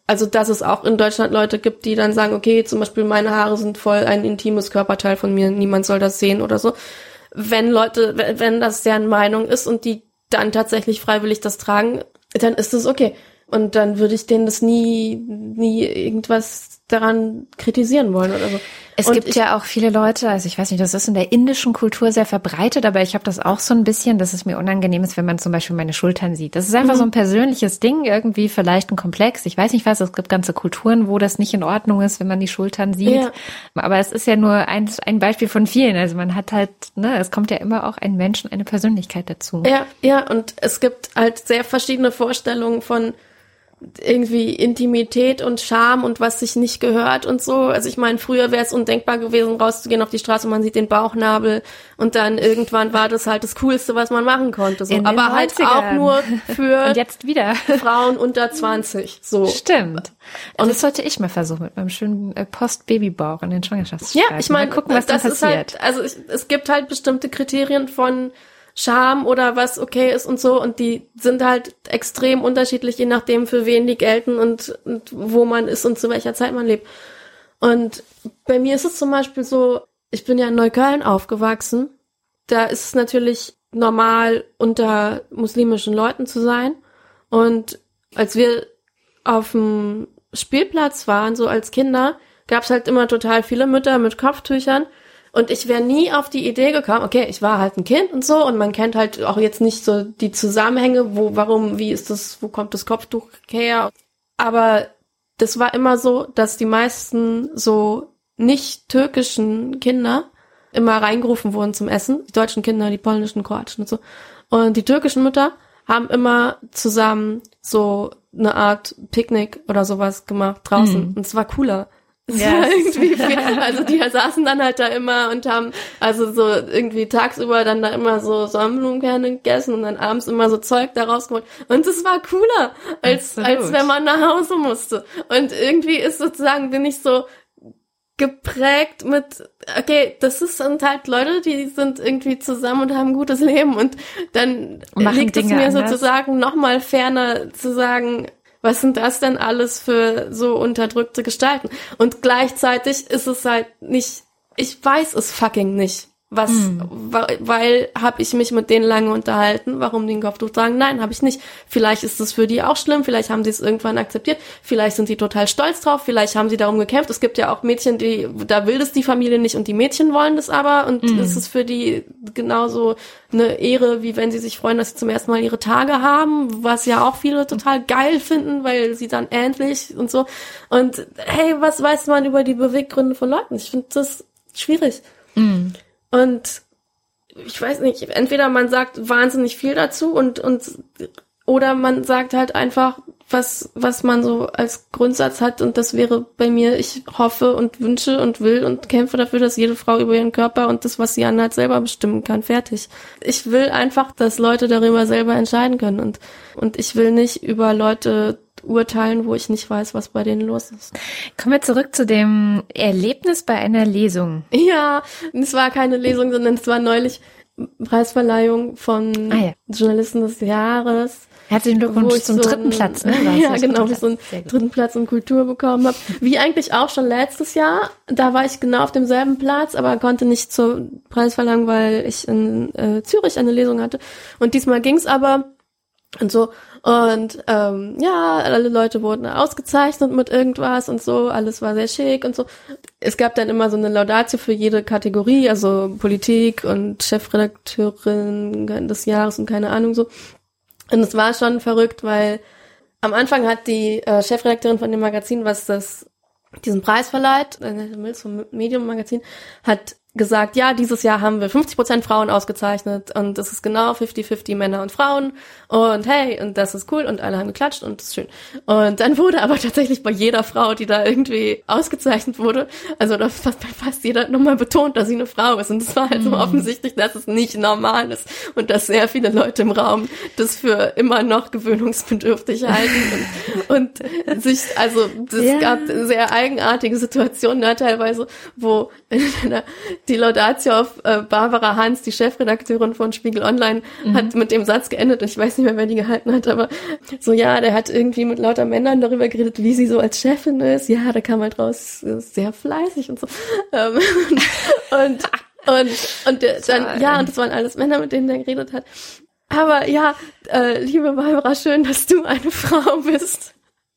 also dass es auch in Deutschland Leute gibt, die dann sagen, okay, zum Beispiel meine Haare sind voll ein intimes Körperteil von mir, niemand soll das sehen oder so. Wenn das deren Meinung ist und die dann tatsächlich freiwillig das tragen, dann ist das okay. Und dann würde ich denen das nie irgendwas daran kritisieren wollen oder so. Es gibt ja auch viele Leute, also ich weiß nicht, das ist in der indischen Kultur sehr verbreitet, aber ich habe das auch so ein bisschen, dass es mir unangenehm ist, wenn man zum Beispiel meine Schultern sieht. Das ist einfach so ein persönliches Ding, irgendwie vielleicht ein Komplex. Ich weiß nicht was, es gibt ganze Kulturen, wo das nicht in Ordnung ist, wenn man die Schultern sieht. Ja. Aber es ist ja nur ein Beispiel von vielen. Also man hat halt, es kommt ja immer auch ein Mensch und eine Persönlichkeit dazu. Ja, und es gibt halt sehr verschiedene Vorstellungen von irgendwie Intimität und Scham und was sich nicht gehört und so. Also ich meine, früher wäre es undenkbar gewesen, rauszugehen auf die Straße und man sieht den Bauchnabel und dann irgendwann war das halt das Coolste, was man machen konnte. So. Aber halt auch nur für und jetzt wieder Frauen unter 20. So. Stimmt. Und das sollte ich mal versuchen mit meinem schönen Post-Babybauch in den Schwangerschaftsstreifen. Ja, ich meine, gucken, was das dann passiert. Ist halt, also es gibt halt bestimmte Kriterien von Scham oder was okay ist und so und die sind halt extrem unterschiedlich, je nachdem für wen die gelten und wo man ist und zu welcher Zeit man lebt. Und bei mir ist es zum Beispiel so, ich bin ja in Neukölln aufgewachsen, da ist es natürlich normal, unter muslimischen Leuten zu sein und als wir auf dem Spielplatz waren, so als Kinder, gab's halt immer total viele Mütter mit Kopftüchern. Und ich wäre nie auf die Idee gekommen, okay, ich war halt ein Kind und so und man kennt halt auch jetzt nicht so die Zusammenhänge, wo kommt das Kopftuch her? Aber das war immer so, dass die meisten so nicht türkischen Kinder immer reingerufen wurden zum Essen. Die deutschen Kinder, die polnischen, kroatischen und so. Und die türkischen Mütter haben immer zusammen so eine Art Picknick oder sowas gemacht draußen. Und es war cooler. Ja, irgendwie viel. Also die saßen dann halt da immer und haben also so irgendwie tagsüber dann da immer so Sonnenblumenkerne gegessen und dann abends immer so Zeug da rausgeholt. Und es war cooler, als wenn man nach Hause musste. Und irgendwie ist sozusagen, bin ich so geprägt mit, okay, sind halt Leute, die sind irgendwie zusammen und haben ein gutes Leben und dann liegt es mir sozusagen nochmal ferner zu sagen, was sind das denn alles für so unterdrückte Gestalten? Und gleichzeitig ist es halt nicht, ich weiß es fucking nicht. Weil habe ich mich mit denen lange unterhalten, warum die ein Kopftuch tragen? Nein, habe ich nicht. Vielleicht ist es für die auch schlimm, vielleicht haben sie es irgendwann akzeptiert, vielleicht sind sie total stolz drauf, vielleicht haben sie darum gekämpft. Es gibt ja auch Mädchen, da will das die Familie nicht und die Mädchen wollen das aber und es ist für die genauso eine Ehre, wie wenn sie sich freuen, dass sie zum ersten Mal ihre Tage haben, was ja auch viele total geil finden, weil sie dann endlich und so. Und hey, was weiß man über die Beweggründe von Leuten? Ich finde das schwierig. Und ich weiß nicht, entweder man sagt wahnsinnig viel dazu oder man sagt halt einfach, was man so als Grundsatz hat und das wäre bei mir, ich hoffe und wünsche und will und kämpfe dafür, dass jede Frau über ihren Körper und das, was sie anhat, selber bestimmen kann. Fertig. Ich will einfach, dass Leute darüber selber entscheiden können und ich will nicht über Leute urteilen, wo ich nicht weiß, was bei denen los ist. Kommen wir zurück zu dem Erlebnis bei einer Lesung. Ja, es war keine Lesung, sondern es war neulich Preisverleihung von Journalisten des Jahres. Herzlichen Glückwunsch zum dritten Platz. Ne? Ja, genau, wo ich so einen dritten Platz in Kultur bekommen habe. Wie eigentlich auch schon letztes Jahr. Da war ich genau auf demselben Platz, aber konnte nicht zur Preisverleihung, weil ich in Zürich eine Lesung hatte. Und diesmal ging's aber und so. Und alle Leute wurden ausgezeichnet mit irgendwas und so, alles war sehr schick und so. Es gab dann immer so eine Laudatio für jede Kategorie, also Politik und Chefredakteurin des Jahres und keine Ahnung so. Und es war schon verrückt, weil am Anfang hat die Chefredakteurin von dem Magazin, was diesen Preis verleiht, Mills vom Medium Magazin, hat gesagt, ja, dieses Jahr haben wir 50% Frauen ausgezeichnet und es ist genau 50-50 Männer und Frauen und hey, und das ist cool und alle haben geklatscht und das ist schön. Und dann wurde aber tatsächlich bei jeder Frau, die da irgendwie ausgezeichnet wurde, also da fast jeder nochmal betont, dass sie eine Frau ist und es war halt so offensichtlich, dass es nicht normal ist und dass sehr viele Leute im Raum das für immer noch gewöhnungsbedürftig halten und sich, also es gab sehr eigenartige Situationen da teilweise, wo in einer die Laudatio auf Barbara Hans, die Chefredakteurin von Spiegel Online, hat mit dem Satz geendet und ich weiß nicht mehr, wer die gehalten hat, aber so, ja, der hat irgendwie mit lauter Männern darüber geredet, wie sie so als Chefin ist. Ja, da kam halt raus, ist sehr fleißig und so. Und dann, ja, und das waren alles Männer, mit denen der geredet hat. Aber ja, liebe Barbara, schön, dass du eine Frau bist.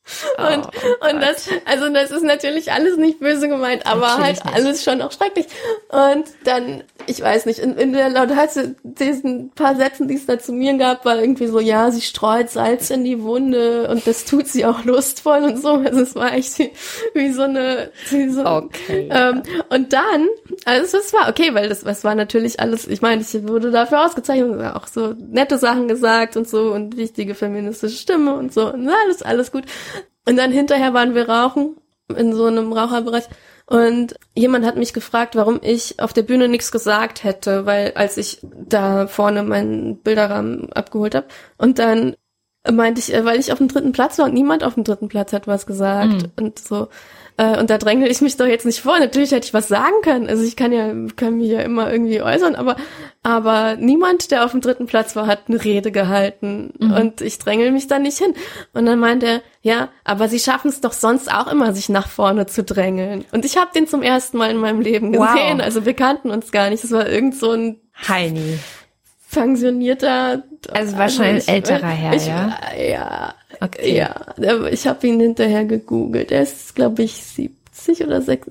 Und das ist natürlich alles nicht böse gemeint, aber natürlich halt alles schon auch schrecklich. Und dann, ich weiß nicht, in der Laudatio, diesen paar Sätzen, die es da zu mir gab, war irgendwie so, ja, sie streut Salz in die Wunde und das tut sie auch lustvoll und so. Also es war echt wie so eine, okay. Und dann, also es war okay, weil das war natürlich alles, ich meine, ich wurde dafür ausgezeichnet, auch so nette Sachen gesagt und so und wichtige feministische Stimme und so und alles gut. Und dann hinterher waren wir rauchen in so einem Raucherbereich und jemand hat mich gefragt, warum ich auf der Bühne nichts gesagt hätte, weil als ich da vorne meinen Bilderrahmen abgeholt habe und dann meinte ich, weil ich auf dem 3. Platz war und niemand auf dem 3. Platz hat was gesagt und so. Und da drängel ich mich doch jetzt nicht vor. Natürlich hätte ich was sagen können. Also ich kann mich ja immer irgendwie äußern, aber niemand, der auf dem 3. Platz war, hat eine Rede gehalten. Und ich drängel mich da nicht hin. Und dann meint er, ja, aber sie schaffen es doch sonst auch immer, sich nach vorne zu drängeln. Und ich habe den zum ersten Mal in meinem Leben gesehen. Wow. Also wir kannten uns gar nicht. Das war irgend so ein Heini. Pensionierter. Also wahrscheinlich älterer Herr, ja? Ja. Okay. Ja, ich habe ihn hinterher gegoogelt. Er ist, glaube ich, 70 oder 60,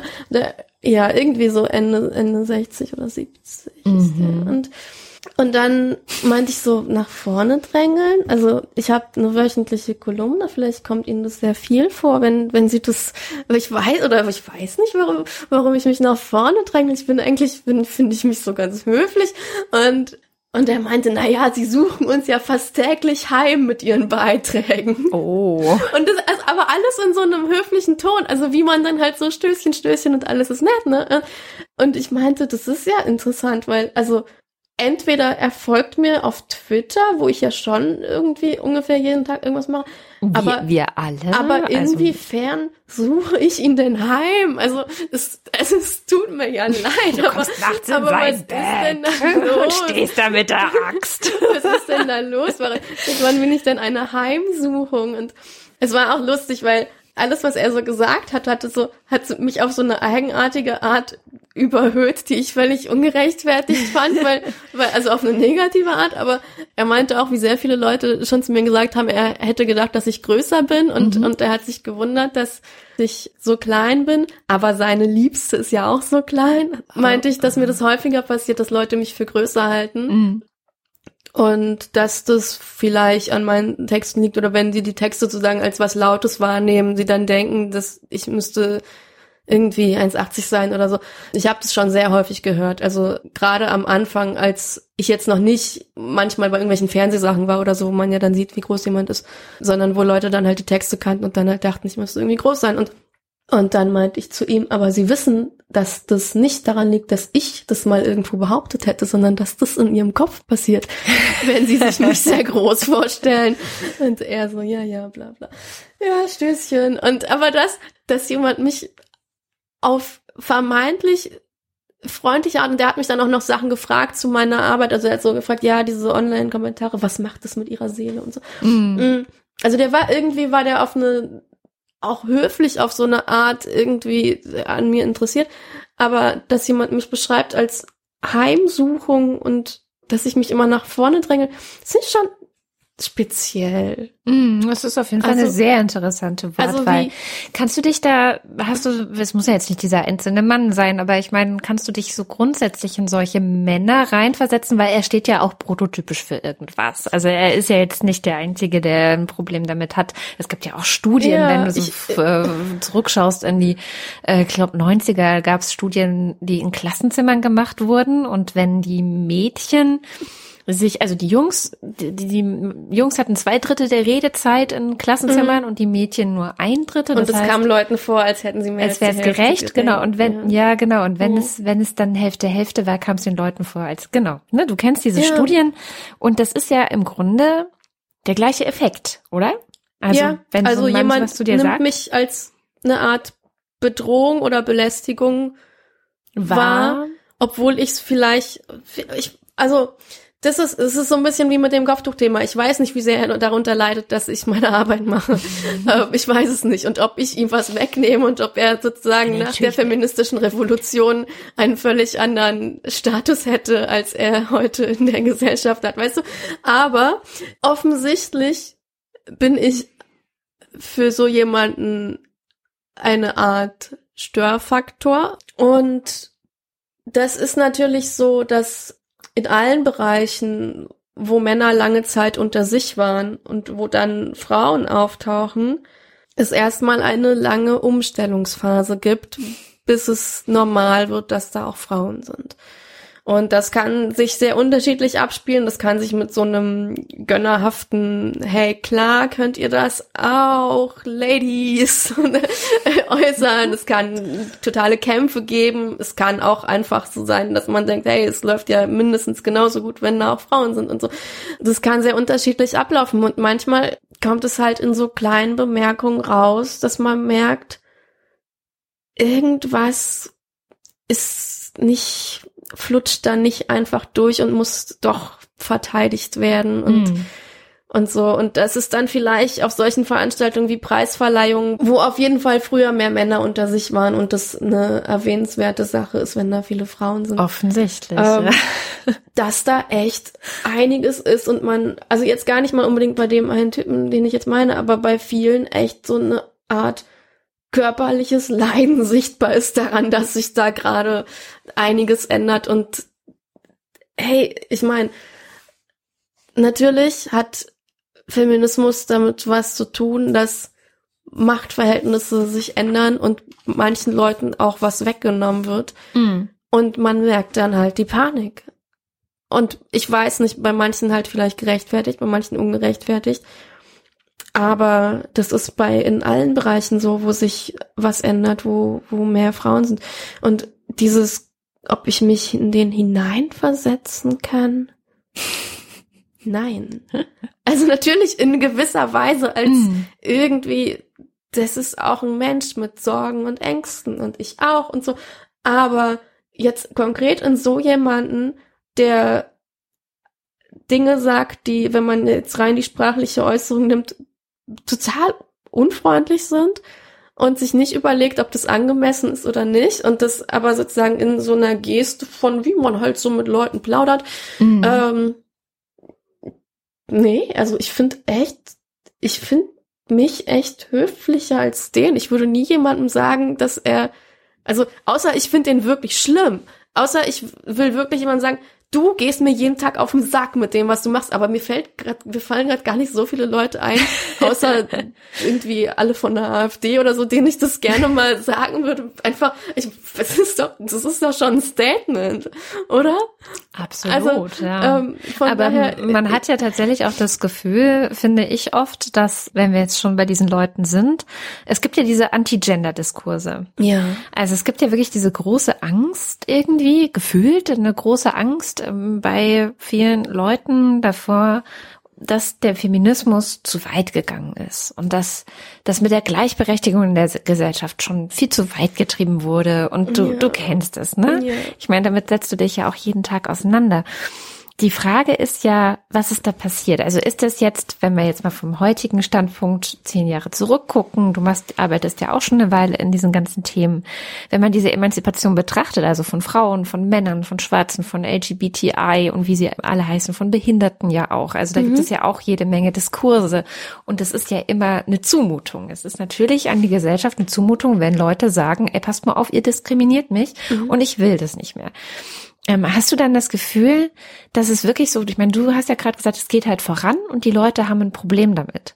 ja, irgendwie so Ende 60 oder 70 ist der. Und dann meinte ich so, nach vorne drängeln. Also ich habe eine wöchentliche Kolumne, vielleicht kommt Ihnen das sehr viel vor, wenn Sie das, ich weiß nicht, warum ich mich nach vorne dränge. Finde ich mich so ganz höflich und er meinte, na ja, Sie suchen uns ja fast täglich heim mit Ihren Beiträgen. Oh. Und das, also, aber alles in so einem höflichen Ton, also wie man dann halt so Stößchen und alles ist nett, ne? Und ich meinte, das ist ja interessant, weil, also, entweder er folgt mir auf Twitter, wo ich ja schon irgendwie ungefähr jeden Tag irgendwas mache. Wir alle. Aber inwiefern suche ich ihn denn heim? Also es tut mir ja leid. Du kommst nachts in sein Bett und stehst da mit der Axt. Was ist denn da los? Wann bin ich denn eine Heimsuchung? Und es war auch lustig, weil alles, was er so gesagt hat, hat mich auf so eine eigenartige Art überhöht, die ich völlig ungerechtfertigt fand, weil also auf eine negative Art, aber er meinte auch, wie sehr viele Leute schon zu mir gesagt haben, er hätte gedacht, dass ich größer bin und er hat sich gewundert, dass ich so klein bin, aber seine Liebste ist ja auch so klein, meinte ich, dass mir das häufiger passiert, dass Leute mich für größer halten. Und dass das vielleicht an meinen Texten liegt oder wenn sie die Texte sozusagen als was Lautes wahrnehmen, sie dann denken, dass ich müsste irgendwie 1,80 sein oder so. Ich habe das schon sehr häufig gehört. Also gerade am Anfang, als ich jetzt noch nicht manchmal bei irgendwelchen Fernsehsachen war oder so, wo man ja dann sieht, wie groß jemand ist, sondern wo Leute dann halt die Texte kannten und dann halt dachten, ich müsste irgendwie groß sein. Und dann meinte ich zu ihm, aber Sie wissen, dass das nicht daran liegt, dass ich das mal irgendwo behauptet hätte, sondern dass das in Ihrem Kopf passiert, wenn Sie sich mich sehr groß vorstellen. Und er so, ja, bla bla. Ja, Stößchen. Aber dass jemand mich auf vermeintlich freundliche Art, und der hat mich dann auch noch Sachen gefragt zu meiner Arbeit, also er hat so gefragt, ja, diese Online-Kommentare, was macht das mit Ihrer Seele und so. Also der war auf eine auch höflich auf so eine Art irgendwie an mir interessiert, aber dass jemand mich beschreibt als Heimsuchung und dass ich mich immer nach vorne dränge, das ist schon speziell. Das ist auf jeden Fall eine sehr interessante Wortwahl. Kannst du dich es muss ja jetzt nicht dieser einzelne Mann sein, aber ich meine, kannst du dich so grundsätzlich in solche Männer reinversetzen, weil er steht ja auch prototypisch für irgendwas. Also er ist ja jetzt nicht der Einzige, der ein Problem damit hat. Es gibt ja auch Studien, wenn du so zurückschaust in die, ich glaube 90er, gab es Studien, die in Klassenzimmern gemacht wurden und wenn die Mädchen die Jungs hatten 2/3 der Redezeit in Klassenzimmern und die Mädchen nur 1/3. Und es kam Leuten vor, als hätten sie mehr als wäre es gerecht, genau. Und wenn, und wenn es dann Hälfte war, kam es den Leuten vor als, genau. Ne, du kennst diese Studien und das ist ja im Grunde der gleiche Effekt, oder? Also, wenn so ein Mann jemand was zu dir nimmt sagt. mich als eine Art Bedrohung oder Belästigung war, obwohl ich es vielleicht, es ist so ein bisschen wie mit dem Kopftuchthema. Ich weiß nicht, wie sehr er darunter leidet, dass ich meine Arbeit mache. Ich weiß es nicht. Und ob ich ihm was wegnehme und ob er sozusagen nach der feministischen Revolution einen völlig anderen Status hätte, als er heute in der Gesellschaft hat, weißt du? Aber offensichtlich bin ich für so jemanden eine Art Störfaktor. Und das ist natürlich so, dass in allen Bereichen, wo Männer lange Zeit unter sich waren und wo dann Frauen auftauchen, es erstmal eine lange Umstellungsphase gibt, bis es normal wird, dass da auch Frauen sind. Und das kann sich sehr unterschiedlich abspielen. Das kann sich mit so einem gönnerhaften, hey, klar, könnt ihr das auch, Ladies, äußern. Es kann totale Kämpfe geben. Es kann auch einfach so sein, dass man denkt, hey, es läuft ja mindestens genauso gut, wenn da auch Frauen sind und so. Das kann sehr unterschiedlich ablaufen. Und manchmal kommt es halt in so kleinen Bemerkungen raus, dass man merkt, irgendwas flutscht da nicht einfach durch und muss doch verteidigt werden und so. Und das ist dann vielleicht auf solchen Veranstaltungen wie Preisverleihungen, wo auf jeden Fall früher mehr Männer unter sich waren und das eine erwähnenswerte Sache ist, wenn da viele Frauen sind. Offensichtlich. Dass da echt einiges ist und man, also jetzt gar nicht mal unbedingt bei dem einen Typen, den ich jetzt meine, aber bei vielen echt so eine Art körperliches Leiden sichtbar ist daran, dass sich da gerade einiges ändert. Und hey, ich meine, natürlich hat Feminismus damit was zu tun, dass Machtverhältnisse sich ändern und manchen Leuten auch was weggenommen wird. Und man merkt dann halt die Panik. Und ich weiß nicht, bei manchen halt vielleicht gerechtfertigt, bei manchen ungerechtfertigt. Aber das ist in allen Bereichen so, wo sich was ändert, wo mehr Frauen sind. Und ob ich mich in den hineinversetzen kann? Nein. Also natürlich in gewisser Weise als irgendwie, das ist auch ein Mensch mit Sorgen und Ängsten und ich auch und so. Aber jetzt konkret in so jemanden, der Dinge sagt, die, wenn man jetzt rein die sprachliche Äußerung nimmt, total unfreundlich sind und sich nicht überlegt, ob das angemessen ist oder nicht und das aber sozusagen in so einer Geste von, wie man halt so mit Leuten plaudert. Nee, also ich finde mich echt höflicher als den. Ich würde nie jemandem sagen, dass außer ich finde den wirklich schlimm, außer ich will wirklich jemandem sagen, du gehst mir jeden Tag auf den Sack mit dem, was du machst, aber mir fallen gerade gar nicht so viele Leute ein, außer irgendwie alle von der AfD oder so, denen ich das gerne mal sagen würde. Einfach, das ist doch schon ein Statement, oder? Absolut, also, ja. Aber daher, man hat ja tatsächlich auch das Gefühl, finde ich oft, dass, wenn wir jetzt schon bei diesen Leuten sind, es gibt ja diese Anti-Gender-Diskurse. Ja. Also es gibt ja wirklich diese große Angst irgendwie, gefühlt eine große Angst bei vielen Leuten davor, dass der Feminismus zu weit gegangen ist und dass das mit der Gleichberechtigung in der Gesellschaft schon viel zu weit getrieben wurde und du kennst es, ne? Ja. Ich meine, damit setzt du dich ja auch jeden Tag auseinander. Die Frage ist ja, was ist da passiert? Also ist das jetzt, wenn wir jetzt mal vom heutigen Standpunkt 10 Jahre zurückgucken, du arbeitest ja auch schon eine Weile in diesen ganzen Themen, wenn man diese Emanzipation betrachtet, also von Frauen, von Männern, von Schwarzen, von LGBTI und wie sie alle heißen, von Behinderten ja auch. Also da gibt es ja auch jede Menge Diskurse und es ist ja immer eine Zumutung. Es ist natürlich an die Gesellschaft eine Zumutung, wenn Leute sagen, ey, passt mal auf, ihr diskriminiert mich und ich will das nicht mehr. Hast du dann das Gefühl, dass es wirklich so, ich meine, du hast ja gerade gesagt, es geht halt voran und die Leute haben ein Problem damit.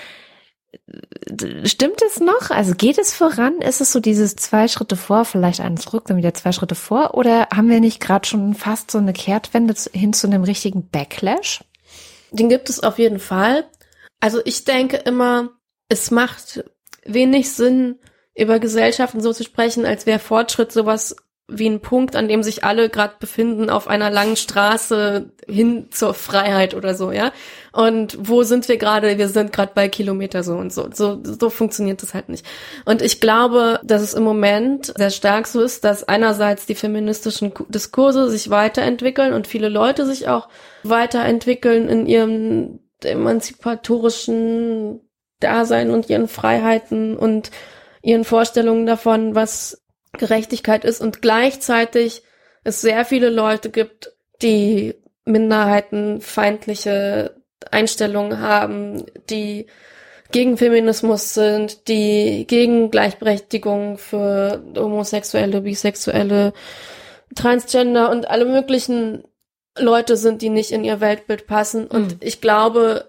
Stimmt es noch? Also geht es voran? Ist es so dieses 2 Schritte vor, vielleicht einen zurück, dann wieder 2 Schritte vor? Oder haben wir nicht gerade schon fast so eine Kehrtwende hin zu einem richtigen Backlash? Den gibt es auf jeden Fall. Also ich denke immer, es macht wenig Sinn, über Gesellschaften so zu sprechen, als wäre Fortschritt sowas wie ein Punkt, an dem sich alle gerade befinden auf einer langen Straße hin zur Freiheit oder so, ja. Und wo sind wir gerade? Wir sind gerade bei Kilometer so und so. So funktioniert das halt nicht. Und ich glaube, dass es im Moment sehr stark so ist, dass einerseits die feministischen Diskurse sich weiterentwickeln und viele Leute sich auch weiterentwickeln in ihrem emanzipatorischen Dasein und ihren Freiheiten und ihren Vorstellungen davon, was Gerechtigkeit ist, und gleichzeitig es sehr viele Leute gibt, die minderheitenfeindliche Einstellungen haben, die gegen Feminismus sind, die gegen Gleichberechtigung für Homosexuelle, Bisexuelle, Transgender und alle möglichen Leute sind, die nicht in ihr Weltbild passen. Und ich glaube,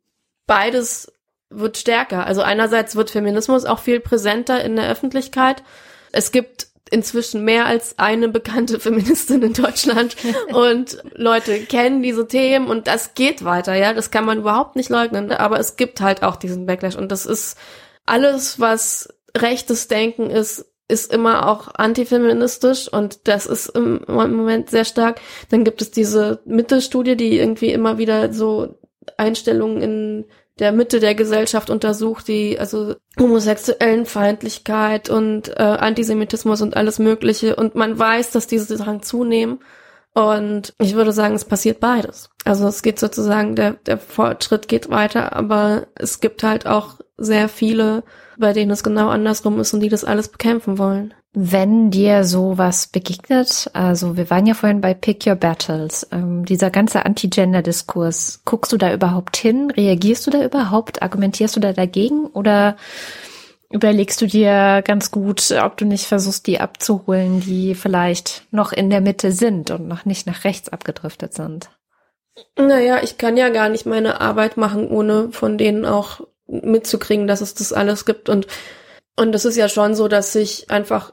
beides wird stärker. Also einerseits wird Feminismus auch viel präsenter in der Öffentlichkeit. Es gibt inzwischen mehr als eine bekannte Feministin in Deutschland und Leute kennen diese Themen und das geht weiter, ja, das kann man überhaupt nicht leugnen, aber es gibt halt auch diesen Backlash und das ist alles, was rechtes Denken ist immer auch antifeministisch und das ist im Moment sehr stark. Dann gibt es diese Mitte-Studie, die irgendwie immer wieder so Einstellungen in der Mitte der Gesellschaft untersucht, die also homosexuellen Feindlichkeit und Antisemitismus und alles Mögliche. Und man weiß, dass diese Sachen zunehmen. Und ich würde sagen, es passiert beides. Also es geht sozusagen, der Fortschritt geht weiter, aber es gibt halt auch sehr viele, bei denen es genau andersrum ist und die das alles bekämpfen wollen. Wenn dir sowas begegnet, also wir waren ja vorhin bei Pick Your Battles, dieser ganze Anti-Gender-Diskurs, guckst du da überhaupt hin? Reagierst du da überhaupt? Argumentierst du da dagegen? Oder überlegst du dir ganz gut, ob du nicht versuchst, die abzuholen, die vielleicht noch in der Mitte sind und noch nicht nach rechts abgedriftet sind? Naja, ich kann ja gar nicht meine Arbeit machen, ohne von denen auch mitzukriegen, dass es das alles gibt. Und es ist ja schon so, dass sich einfach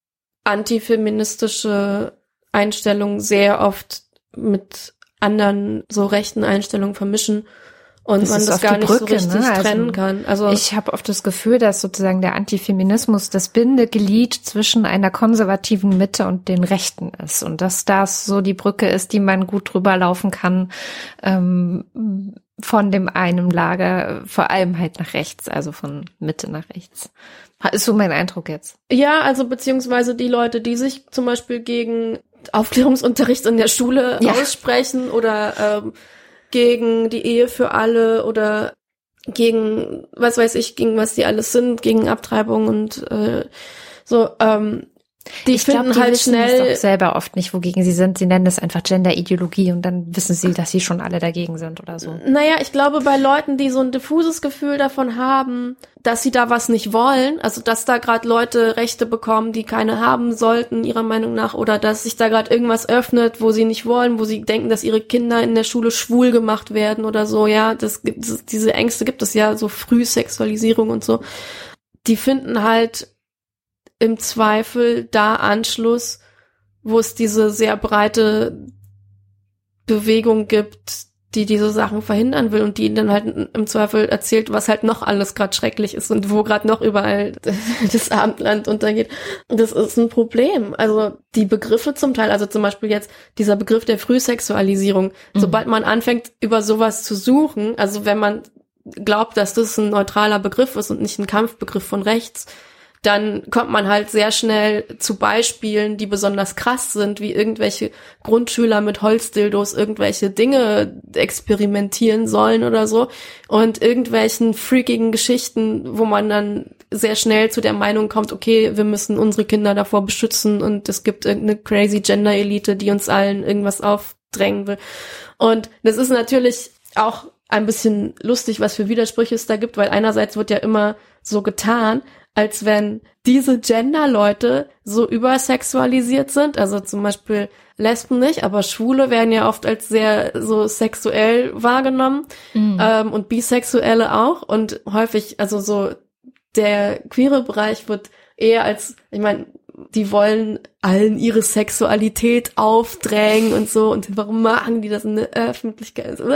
antifeministische Einstellungen sehr oft mit anderen so rechten Einstellungen vermischen und man das gar nicht so richtig trennen kann. Also ich habe oft das Gefühl, dass sozusagen der Antifeminismus das Bindeglied zwischen einer konservativen Mitte und den Rechten ist und dass das so die Brücke ist, die man gut drüber laufen kann, von dem einen Lager, vor allem halt nach rechts, also von Mitte nach rechts. Ist so mein Eindruck jetzt. Ja, also beziehungsweise die Leute, die sich zum Beispiel gegen Aufklärungsunterricht in der Schule aussprechen oder gegen die Ehe für alle oder gegen, was weiß ich, gegen was die alles sind, gegen Abtreibung und die finden halt schnell. Die wissen es doch selber oft nicht, wogegen sie sind. Sie nennen es einfach Gender-Ideologie und dann wissen sie, dass sie schon alle dagegen sind oder so. Naja, ich glaube, bei Leuten, die so ein diffuses Gefühl davon haben, dass sie da was nicht wollen, also dass da gerade Leute Rechte bekommen, die keine haben sollten, ihrer Meinung nach, oder dass sich da gerade irgendwas öffnet, wo sie nicht wollen, wo sie denken, dass ihre Kinder in der Schule schwul gemacht werden oder so, ja, diese Ängste gibt es ja, so Frühsexualisierung und so. Die finden halt im Zweifel da Anschluss, wo es diese sehr breite Bewegung gibt, die diese Sachen verhindern will und die ihnen dann halt im Zweifel erzählt, was halt noch alles gerade schrecklich ist und wo gerade noch überall das Abendland untergeht. Das ist ein Problem. Also die Begriffe zum Teil, also zum Beispiel jetzt dieser Begriff der Frühsexualisierung, sobald man anfängt, über sowas zu suchen, also wenn man glaubt, dass das ein neutraler Begriff ist und nicht ein Kampfbegriff von rechts, dann kommt man halt sehr schnell zu Beispielen, die besonders krass sind, wie irgendwelche Grundschüler mit Holzdildos irgendwelche Dinge experimentieren sollen oder so und irgendwelchen freakigen Geschichten, wo man dann sehr schnell zu der Meinung kommt, okay, wir müssen unsere Kinder davor beschützen und es gibt irgendeine crazy Gender-Elite, die uns allen irgendwas aufdrängen will. Und das ist natürlich auch ein bisschen lustig, was für Widersprüche es da gibt, weil einerseits wird ja immer so getan, als wenn diese Gender-Leute so übersexualisiert sind, also zum Beispiel Lesben nicht, aber Schwule werden ja oft als sehr so sexuell wahrgenommen und Bisexuelle auch und häufig, also so der queere Bereich wird eher als, ich meine, die wollen allen ihre Sexualität aufdrängen und so, und warum machen die das in der Öffentlichkeit? So,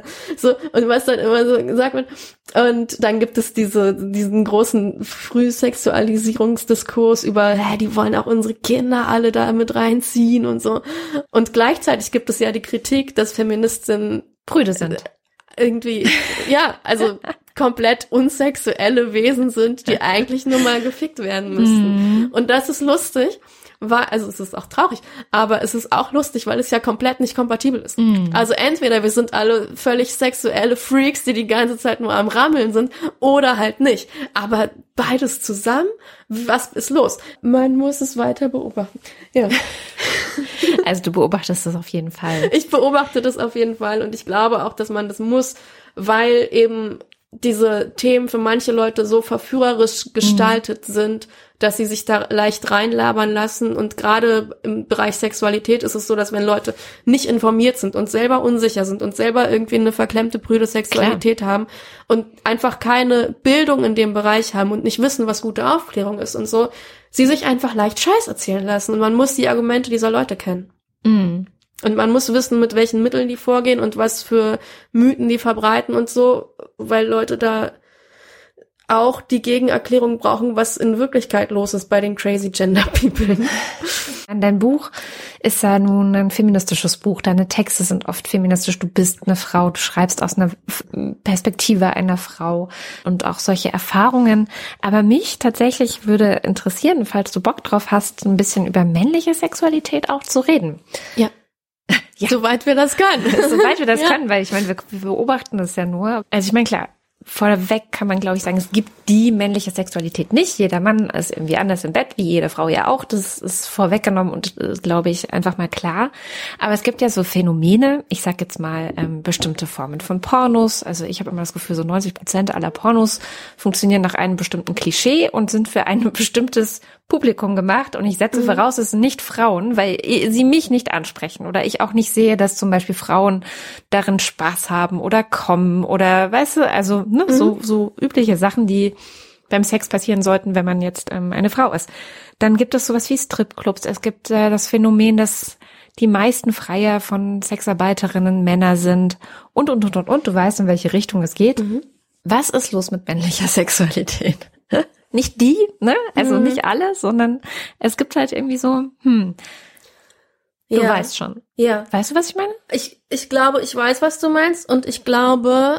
und was dann immer so gesagt wird. Und dann gibt es diesen großen Frühsexualisierungsdiskurs über, die wollen auch unsere Kinder alle da mit reinziehen und so. Und gleichzeitig gibt es ja die Kritik, dass Feministinnen Brüder sind. Irgendwie, ja, also komplett unsexuelle Wesen sind, die eigentlich nur mal gefickt werden müssten. Und das ist lustig, also es ist auch traurig, aber es ist auch lustig, weil es ja komplett nicht kompatibel ist. Also entweder wir sind alle völlig sexuelle Freaks, die ganze Zeit nur am Rammeln sind, oder halt nicht. Aber beides zusammen, was ist los? Man muss es weiter beobachten. Ja. Also du beobachtest das auf jeden Fall. Ich beobachte das auf jeden Fall, und ich glaube auch, dass man das muss, weil eben diese Themen für manche Leute so verführerisch gestaltet sind, dass sie sich da leicht reinlabern lassen. Und gerade im Bereich Sexualität ist es so, dass wenn Leute nicht informiert sind und selber unsicher sind und selber irgendwie eine verklemmte prüde Sexualität haben und einfach keine Bildung in dem Bereich haben und nicht wissen, was gute Aufklärung ist und so, sie sich einfach leicht Scheiß erzählen lassen. Und man muss die Argumente dieser Leute kennen. Und man muss wissen, mit welchen Mitteln die vorgehen und was für Mythen die verbreiten und so, weil Leute da auch die Gegenerklärung brauchen, was in Wirklichkeit los ist bei den crazy Gender People. Dein Buch ist ja nun ein feministisches Buch. Deine Texte sind oft feministisch. Du bist eine Frau, du schreibst aus einer Perspektive einer Frau und auch solche Erfahrungen. Aber mich tatsächlich würde interessieren, falls du Bock drauf hast, ein bisschen über männliche Sexualität auch zu reden. Ja. Ja. Soweit wir das können. Soweit wir das können, weil ich meine, wir beobachten das ja nur. Also ich meine, klar, vorweg kann man, glaube ich, sagen, es gibt die männliche Sexualität nicht. Jeder Mann ist irgendwie anders im Bett, wie jede Frau ja auch. Das ist vorweggenommen und glaube ich, einfach mal klar. Aber es gibt ja so Phänomene, ich sag jetzt mal bestimmte Formen von Pornos. Also ich habe immer das Gefühl, so 90% aller Pornos funktionieren nach einem bestimmten Klischee und sind für ein bestimmtes Publikum gemacht. Und ich setze voraus, es sind nicht Frauen, weil sie mich nicht ansprechen oder ich auch nicht sehe, dass zum Beispiel Frauen darin Spaß haben oder kommen oder, weißt du, also so übliche Sachen, die beim Sex passieren sollten, wenn man jetzt eine Frau ist. Dann gibt es sowas wie Stripclubs. Es gibt das Phänomen, dass die meisten Freier von Sexarbeiterinnen Männer sind und. Du weißt, in welche Richtung es geht. Was ist los mit männlicher Sexualität? Nicht die, ne? Also nicht alle, sondern es gibt halt irgendwie so, Du weißt schon. Ja. Weißt du, was ich meine? Ich glaube, ich weiß, was du meinst, und ich glaube,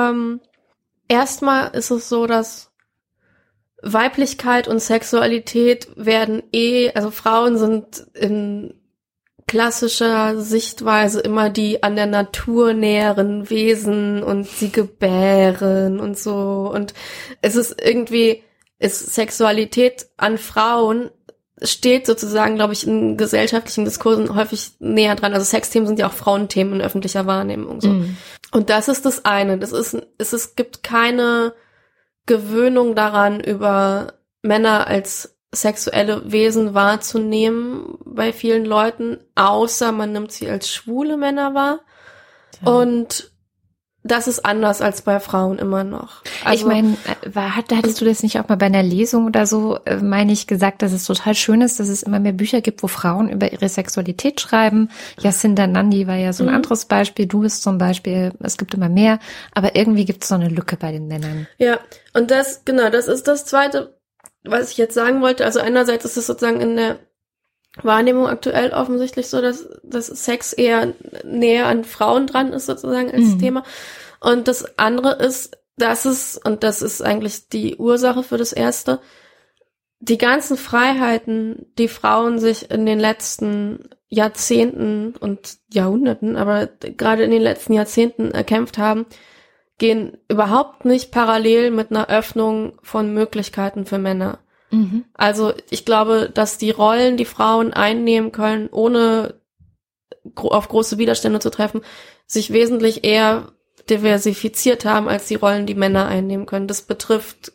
erstmal ist es so, dass Weiblichkeit und Sexualität werden also Frauen sind in klassischer Sichtweise immer die an der Natur näheren Wesen und sie gebären und so, und es ist irgendwie, Sexualität an Frauen steht sozusagen, glaube ich, in gesellschaftlichen Diskursen häufig näher dran. Also Sexthemen sind ja auch Frauenthemen in öffentlicher Wahrnehmung und so. Und das ist das eine. Es gibt keine Gewöhnung daran, über Männer als sexuelle Wesen wahrzunehmen bei vielen Leuten, außer man nimmt sie als schwule Männer wahr. Ja. Und das ist anders als bei Frauen immer noch. Also, ich meine, hattest du das nicht auch mal bei einer Lesung oder so, meine ich, gesagt, dass es total schön ist, dass es immer mehr Bücher gibt, wo Frauen über ihre Sexualität schreiben. Jacinda Nandi war ja so ein anderes Beispiel, du bist zum Beispiel, es gibt immer mehr, aber irgendwie gibt es so eine Lücke bei den Männern. Ja, und das ist das Zweite, was ich jetzt sagen wollte. Also einerseits ist es sozusagen in der Wahrnehmung aktuell offensichtlich so, dass Sex eher näher an Frauen dran ist sozusagen als Thema. Und das andere ist, und das ist eigentlich die Ursache für das Erste, die ganzen Freiheiten, die Frauen sich in den letzten Jahrzehnten und Jahrhunderten, aber gerade in den letzten Jahrzehnten erkämpft haben, gehen überhaupt nicht parallel mit einer Öffnung von Möglichkeiten für Männer. Also ich glaube, dass die Rollen, die Frauen einnehmen können, ohne auf große Widerstände zu treffen, sich wesentlich eher diversifiziert haben als die Rollen, die Männer einnehmen können. Das betrifft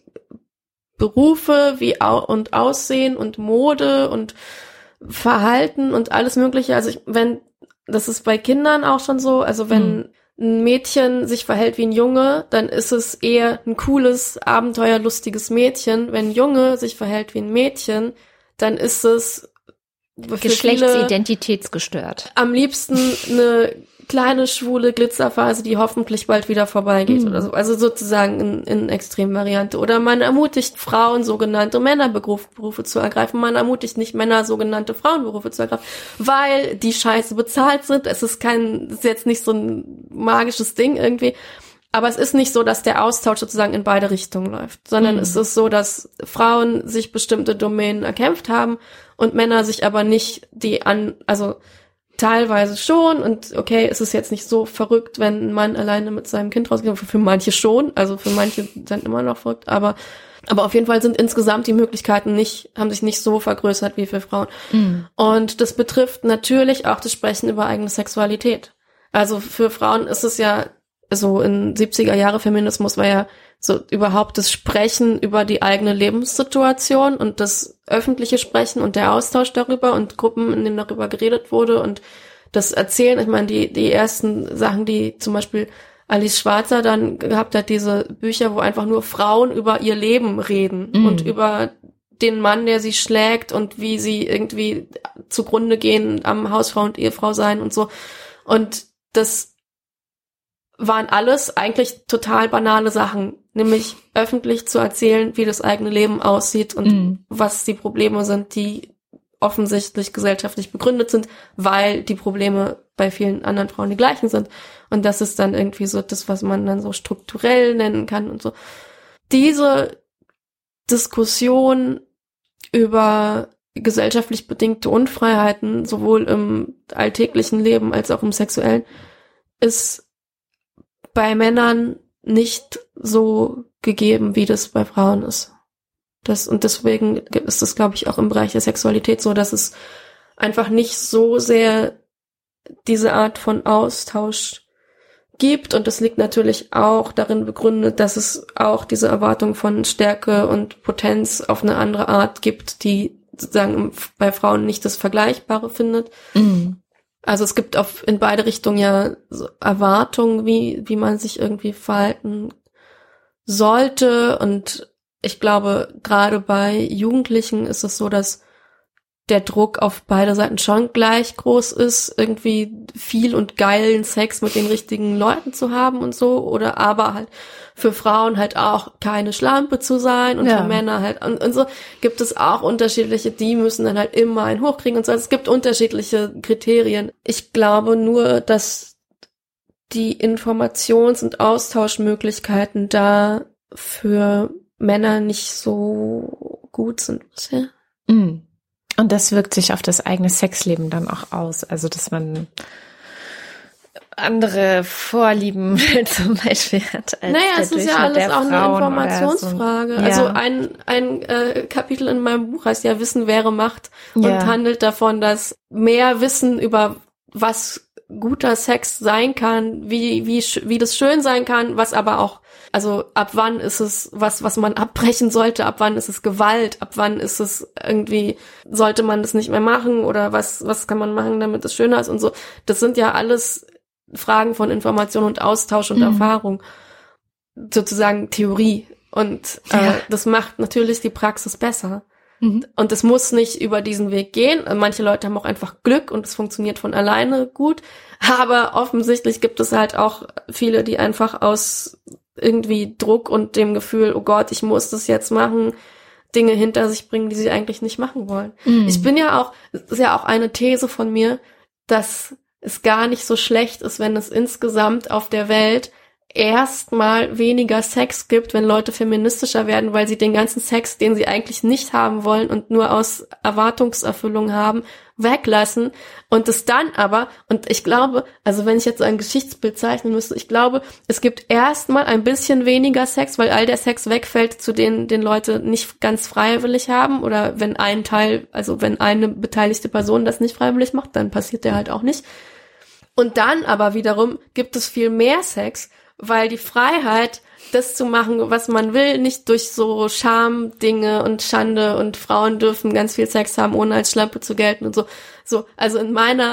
Berufe wie und Aussehen und Mode und Verhalten und alles Mögliche. Also das ist bei Kindern auch schon so, also wenn ein Mädchen sich verhält wie ein Junge, dann ist es eher ein cooles, abenteuerlustiges Mädchen. Wenn ein Junge sich verhält wie ein Mädchen, dann ist es Geschlechtsidentitätsgestört. Am liebsten eine kleine schwule Glitzerphase, die hoffentlich bald wieder vorbeigeht oder so. Also sozusagen in Extremvariante. Oder man ermutigt Frauen, sogenannte Männerberufe zu ergreifen. Man ermutigt nicht Männer, sogenannte Frauenberufe zu ergreifen, weil die scheiße bezahlt sind. Es ist jetzt nicht so ein magisches Ding irgendwie. Aber es ist nicht so, dass der Austausch sozusagen in beide Richtungen läuft, sondern es ist so, dass Frauen sich bestimmte Domänen erkämpft haben und Männer sich aber nicht also teilweise schon, und okay, es ist jetzt nicht so verrückt, wenn ein Mann alleine mit seinem Kind rausgeht, für manche schon, also für manche sind immer noch verrückt, aber auf jeden Fall sind insgesamt die Möglichkeiten haben sich nicht so vergrößert wie für Frauen. Und das betrifft natürlich auch das Sprechen über eigene Sexualität. Also für Frauen ist es ja so, in 70er Jahre Feminismus war ja so überhaupt das Sprechen über die eigene Lebenssituation und das öffentliche Sprechen und der Austausch darüber und Gruppen, in denen darüber geredet wurde und das Erzählen. Ich meine, die ersten Sachen, die zum Beispiel Alice Schwarzer dann gehabt hat, diese Bücher, wo einfach nur Frauen über ihr Leben reden und über den Mann, der sie schlägt und wie sie irgendwie zugrunde gehen am Hausfrau und Ehefrau sein und so. Und das waren alles eigentlich total banale Sachen, nämlich öffentlich zu erzählen, wie das eigene Leben aussieht und was die Probleme sind, die offensichtlich gesellschaftlich begründet sind, weil die Probleme bei vielen anderen Frauen die gleichen sind. Und das ist dann irgendwie so das, was man dann so strukturell nennen kann und so. Diese Diskussion über gesellschaftlich bedingte Unfreiheiten, sowohl im alltäglichen Leben als auch im sexuellen, ist bei Männern nicht so gegeben, wie das bei Frauen ist. Und deswegen ist es, glaube ich, auch im Bereich der Sexualität so, dass es einfach nicht so sehr diese Art von Austausch gibt. Und das liegt natürlich auch darin begründet, dass es auch diese Erwartung von Stärke und Potenz auf eine andere Art gibt, die sozusagen bei Frauen nicht das Vergleichbare findet. Also es gibt in beide Richtungen ja so Erwartungen, wie man sich irgendwie verhalten sollte. Und ich glaube, gerade bei Jugendlichen ist es so, dass der Druck auf beide Seiten schon gleich groß ist, irgendwie viel und geilen Sex mit den richtigen Leuten zu haben und so, oder aber halt für Frauen halt auch keine Schlampe zu sein und für Männer halt und so gibt es auch unterschiedliche, die müssen dann halt immer einen hochkriegen und so. Also es gibt unterschiedliche Kriterien. Ich glaube nur, dass die Informations- und Austauschmöglichkeiten da für Männer nicht so gut sind bisher. Und das wirkt sich auf das eigene Sexleben dann auch aus. Also, dass man andere Vorlieben zum Beispiel hat als es ist ja alles auch eine Informationsfrage. So. Ja. Also ein Kapitel in meinem Buch heißt ja Wissen wäre Macht und handelt davon, dass mehr Wissen über was guter Sex sein kann, wie das schön sein kann, was aber auch, also ab wann ist es was man abbrechen sollte, ab wann ist es Gewalt, ab wann ist es irgendwie, sollte man das nicht mehr machen oder was kann man machen, damit es schöner ist und so. Das sind ja alles Fragen von Information und Austausch und Erfahrung, sozusagen Theorie. Und das macht natürlich die Praxis besser. Und es muss nicht über diesen Weg gehen. Manche Leute haben auch einfach Glück und es funktioniert von alleine gut. Aber offensichtlich gibt es halt auch viele, die einfach aus irgendwie Druck und dem Gefühl, oh Gott, ich muss das jetzt machen, Dinge hinter sich bringen, die sie eigentlich nicht machen wollen. Ich bin ist ja auch eine These von mir, dass es gar nicht so schlecht ist, wenn es insgesamt auf der Welt erstmal weniger Sex gibt, wenn Leute feministischer werden, weil sie den ganzen Sex, den sie eigentlich nicht haben wollen und nur aus Erwartungserfüllung haben, weglassen und es dann aber, und ich glaube, also wenn ich jetzt so ein Geschichtsbild zeichnen müsste, ich glaube, es gibt erstmal ein bisschen weniger Sex, weil all der Sex wegfällt, zu denen den Leute nicht ganz freiwillig haben, oder wenn ein Teil, also wenn eine beteiligte Person das nicht freiwillig macht, dann passiert der halt auch nicht. Und dann aber wiederum gibt es viel mehr Sex, weil die Freiheit, das zu machen, was man will, nicht durch so Scham-Dinge und Schande und Frauen dürfen ganz viel Sex haben, ohne als Schlampe zu gelten und so. So, also in meiner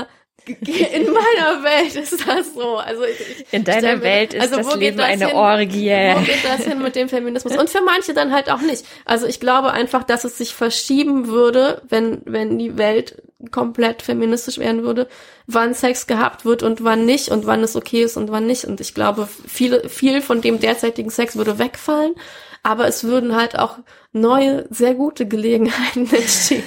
In meiner Welt ist das so. Also in deiner Welt ist das Leben eine Orgie. Wo geht das hin mit dem Feminismus? Und für manche dann halt auch nicht. Also ich glaube einfach, dass es sich verschieben würde, wenn die Welt komplett feministisch werden würde, wann Sex gehabt wird und wann nicht und wann es okay ist und wann nicht. Und ich glaube, viel von dem derzeitigen Sex würde wegfallen, aber es würden halt auch neue, sehr gute Gelegenheiten entstehen.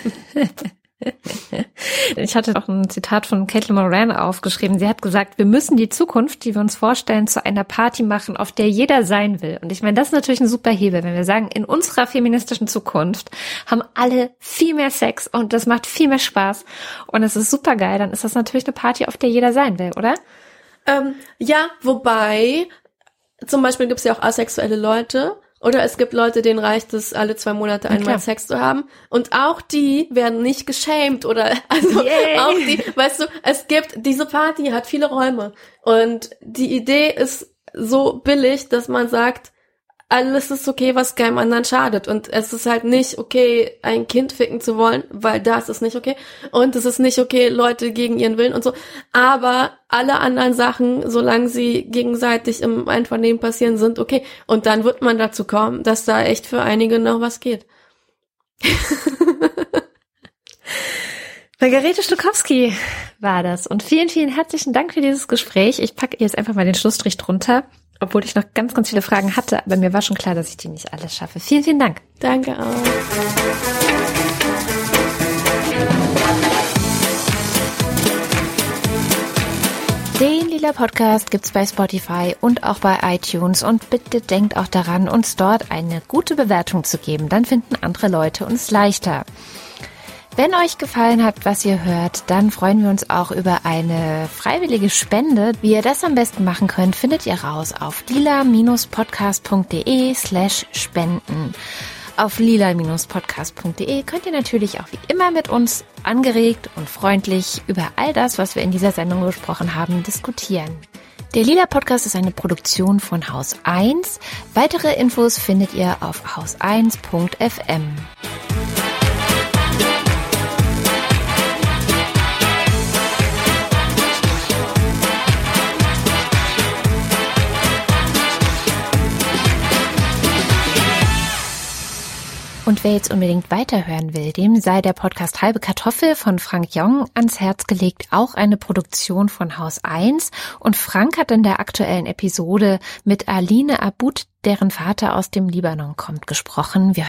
Ich hatte auch ein Zitat von Caitlin Moran aufgeschrieben. Sie hat gesagt, wir müssen die Zukunft, die wir uns vorstellen, zu einer Party machen, auf der jeder sein will. Und ich meine, das ist natürlich ein super Hebel, wenn wir sagen, in unserer feministischen Zukunft haben alle viel mehr Sex und das macht viel mehr Spaß und es ist super geil, dann ist das natürlich eine Party, auf der jeder sein will, oder? Ja, wobei, zum Beispiel gibt es ja auch asexuelle Leute. Oder es gibt Leute, denen reicht es, alle 2 Monate einmal Sex zu haben. Und auch die werden nicht geschämt oder, also auch die, weißt du, diese Party hat viele Räume. Und die Idee ist so billig, dass man sagt, alles ist okay, was keinem anderen schadet. Und es ist halt nicht okay, ein Kind ficken zu wollen, weil das ist nicht okay. Und es ist nicht okay, Leute gegen ihren Willen und so. Aber alle anderen Sachen, solange sie gegenseitig im Einvernehmen passieren, sind okay. Und dann wird man dazu kommen, dass da echt für einige noch was geht. Margarete Stokowski war das. Und vielen, vielen herzlichen Dank für dieses Gespräch. Ich packe jetzt einfach mal den Schlussstrich drunter. Obwohl ich noch ganz, ganz viele Fragen hatte, aber mir war schon klar, dass ich die nicht alle schaffe. Vielen, vielen Dank. Danke auch. Den Lila Podcast gibt's bei Spotify und auch bei iTunes und bitte denkt auch daran, uns dort eine gute Bewertung zu geben. Dann finden andere Leute uns leichter. Wenn euch gefallen hat, was ihr hört, dann freuen wir uns auch über eine freiwillige Spende. Wie ihr das am besten machen könnt, findet ihr raus auf lila-podcast.de/spenden. Auf lila-podcast.de könnt ihr natürlich auch wie immer mit uns angeregt und freundlich über all das, was wir in dieser Sendung besprochen haben, diskutieren. Der Lila Podcast ist eine Produktion von Haus 1. Weitere Infos findet ihr auf haus1.fm. Und wer jetzt unbedingt weiterhören will, dem sei der Podcast Halbe Kartoffel von Frank Jong ans Herz gelegt, auch eine Produktion von Haus 1. Und Frank hat in der aktuellen Episode mit Aline Abud, deren Vater aus dem Libanon kommt, gesprochen. Wir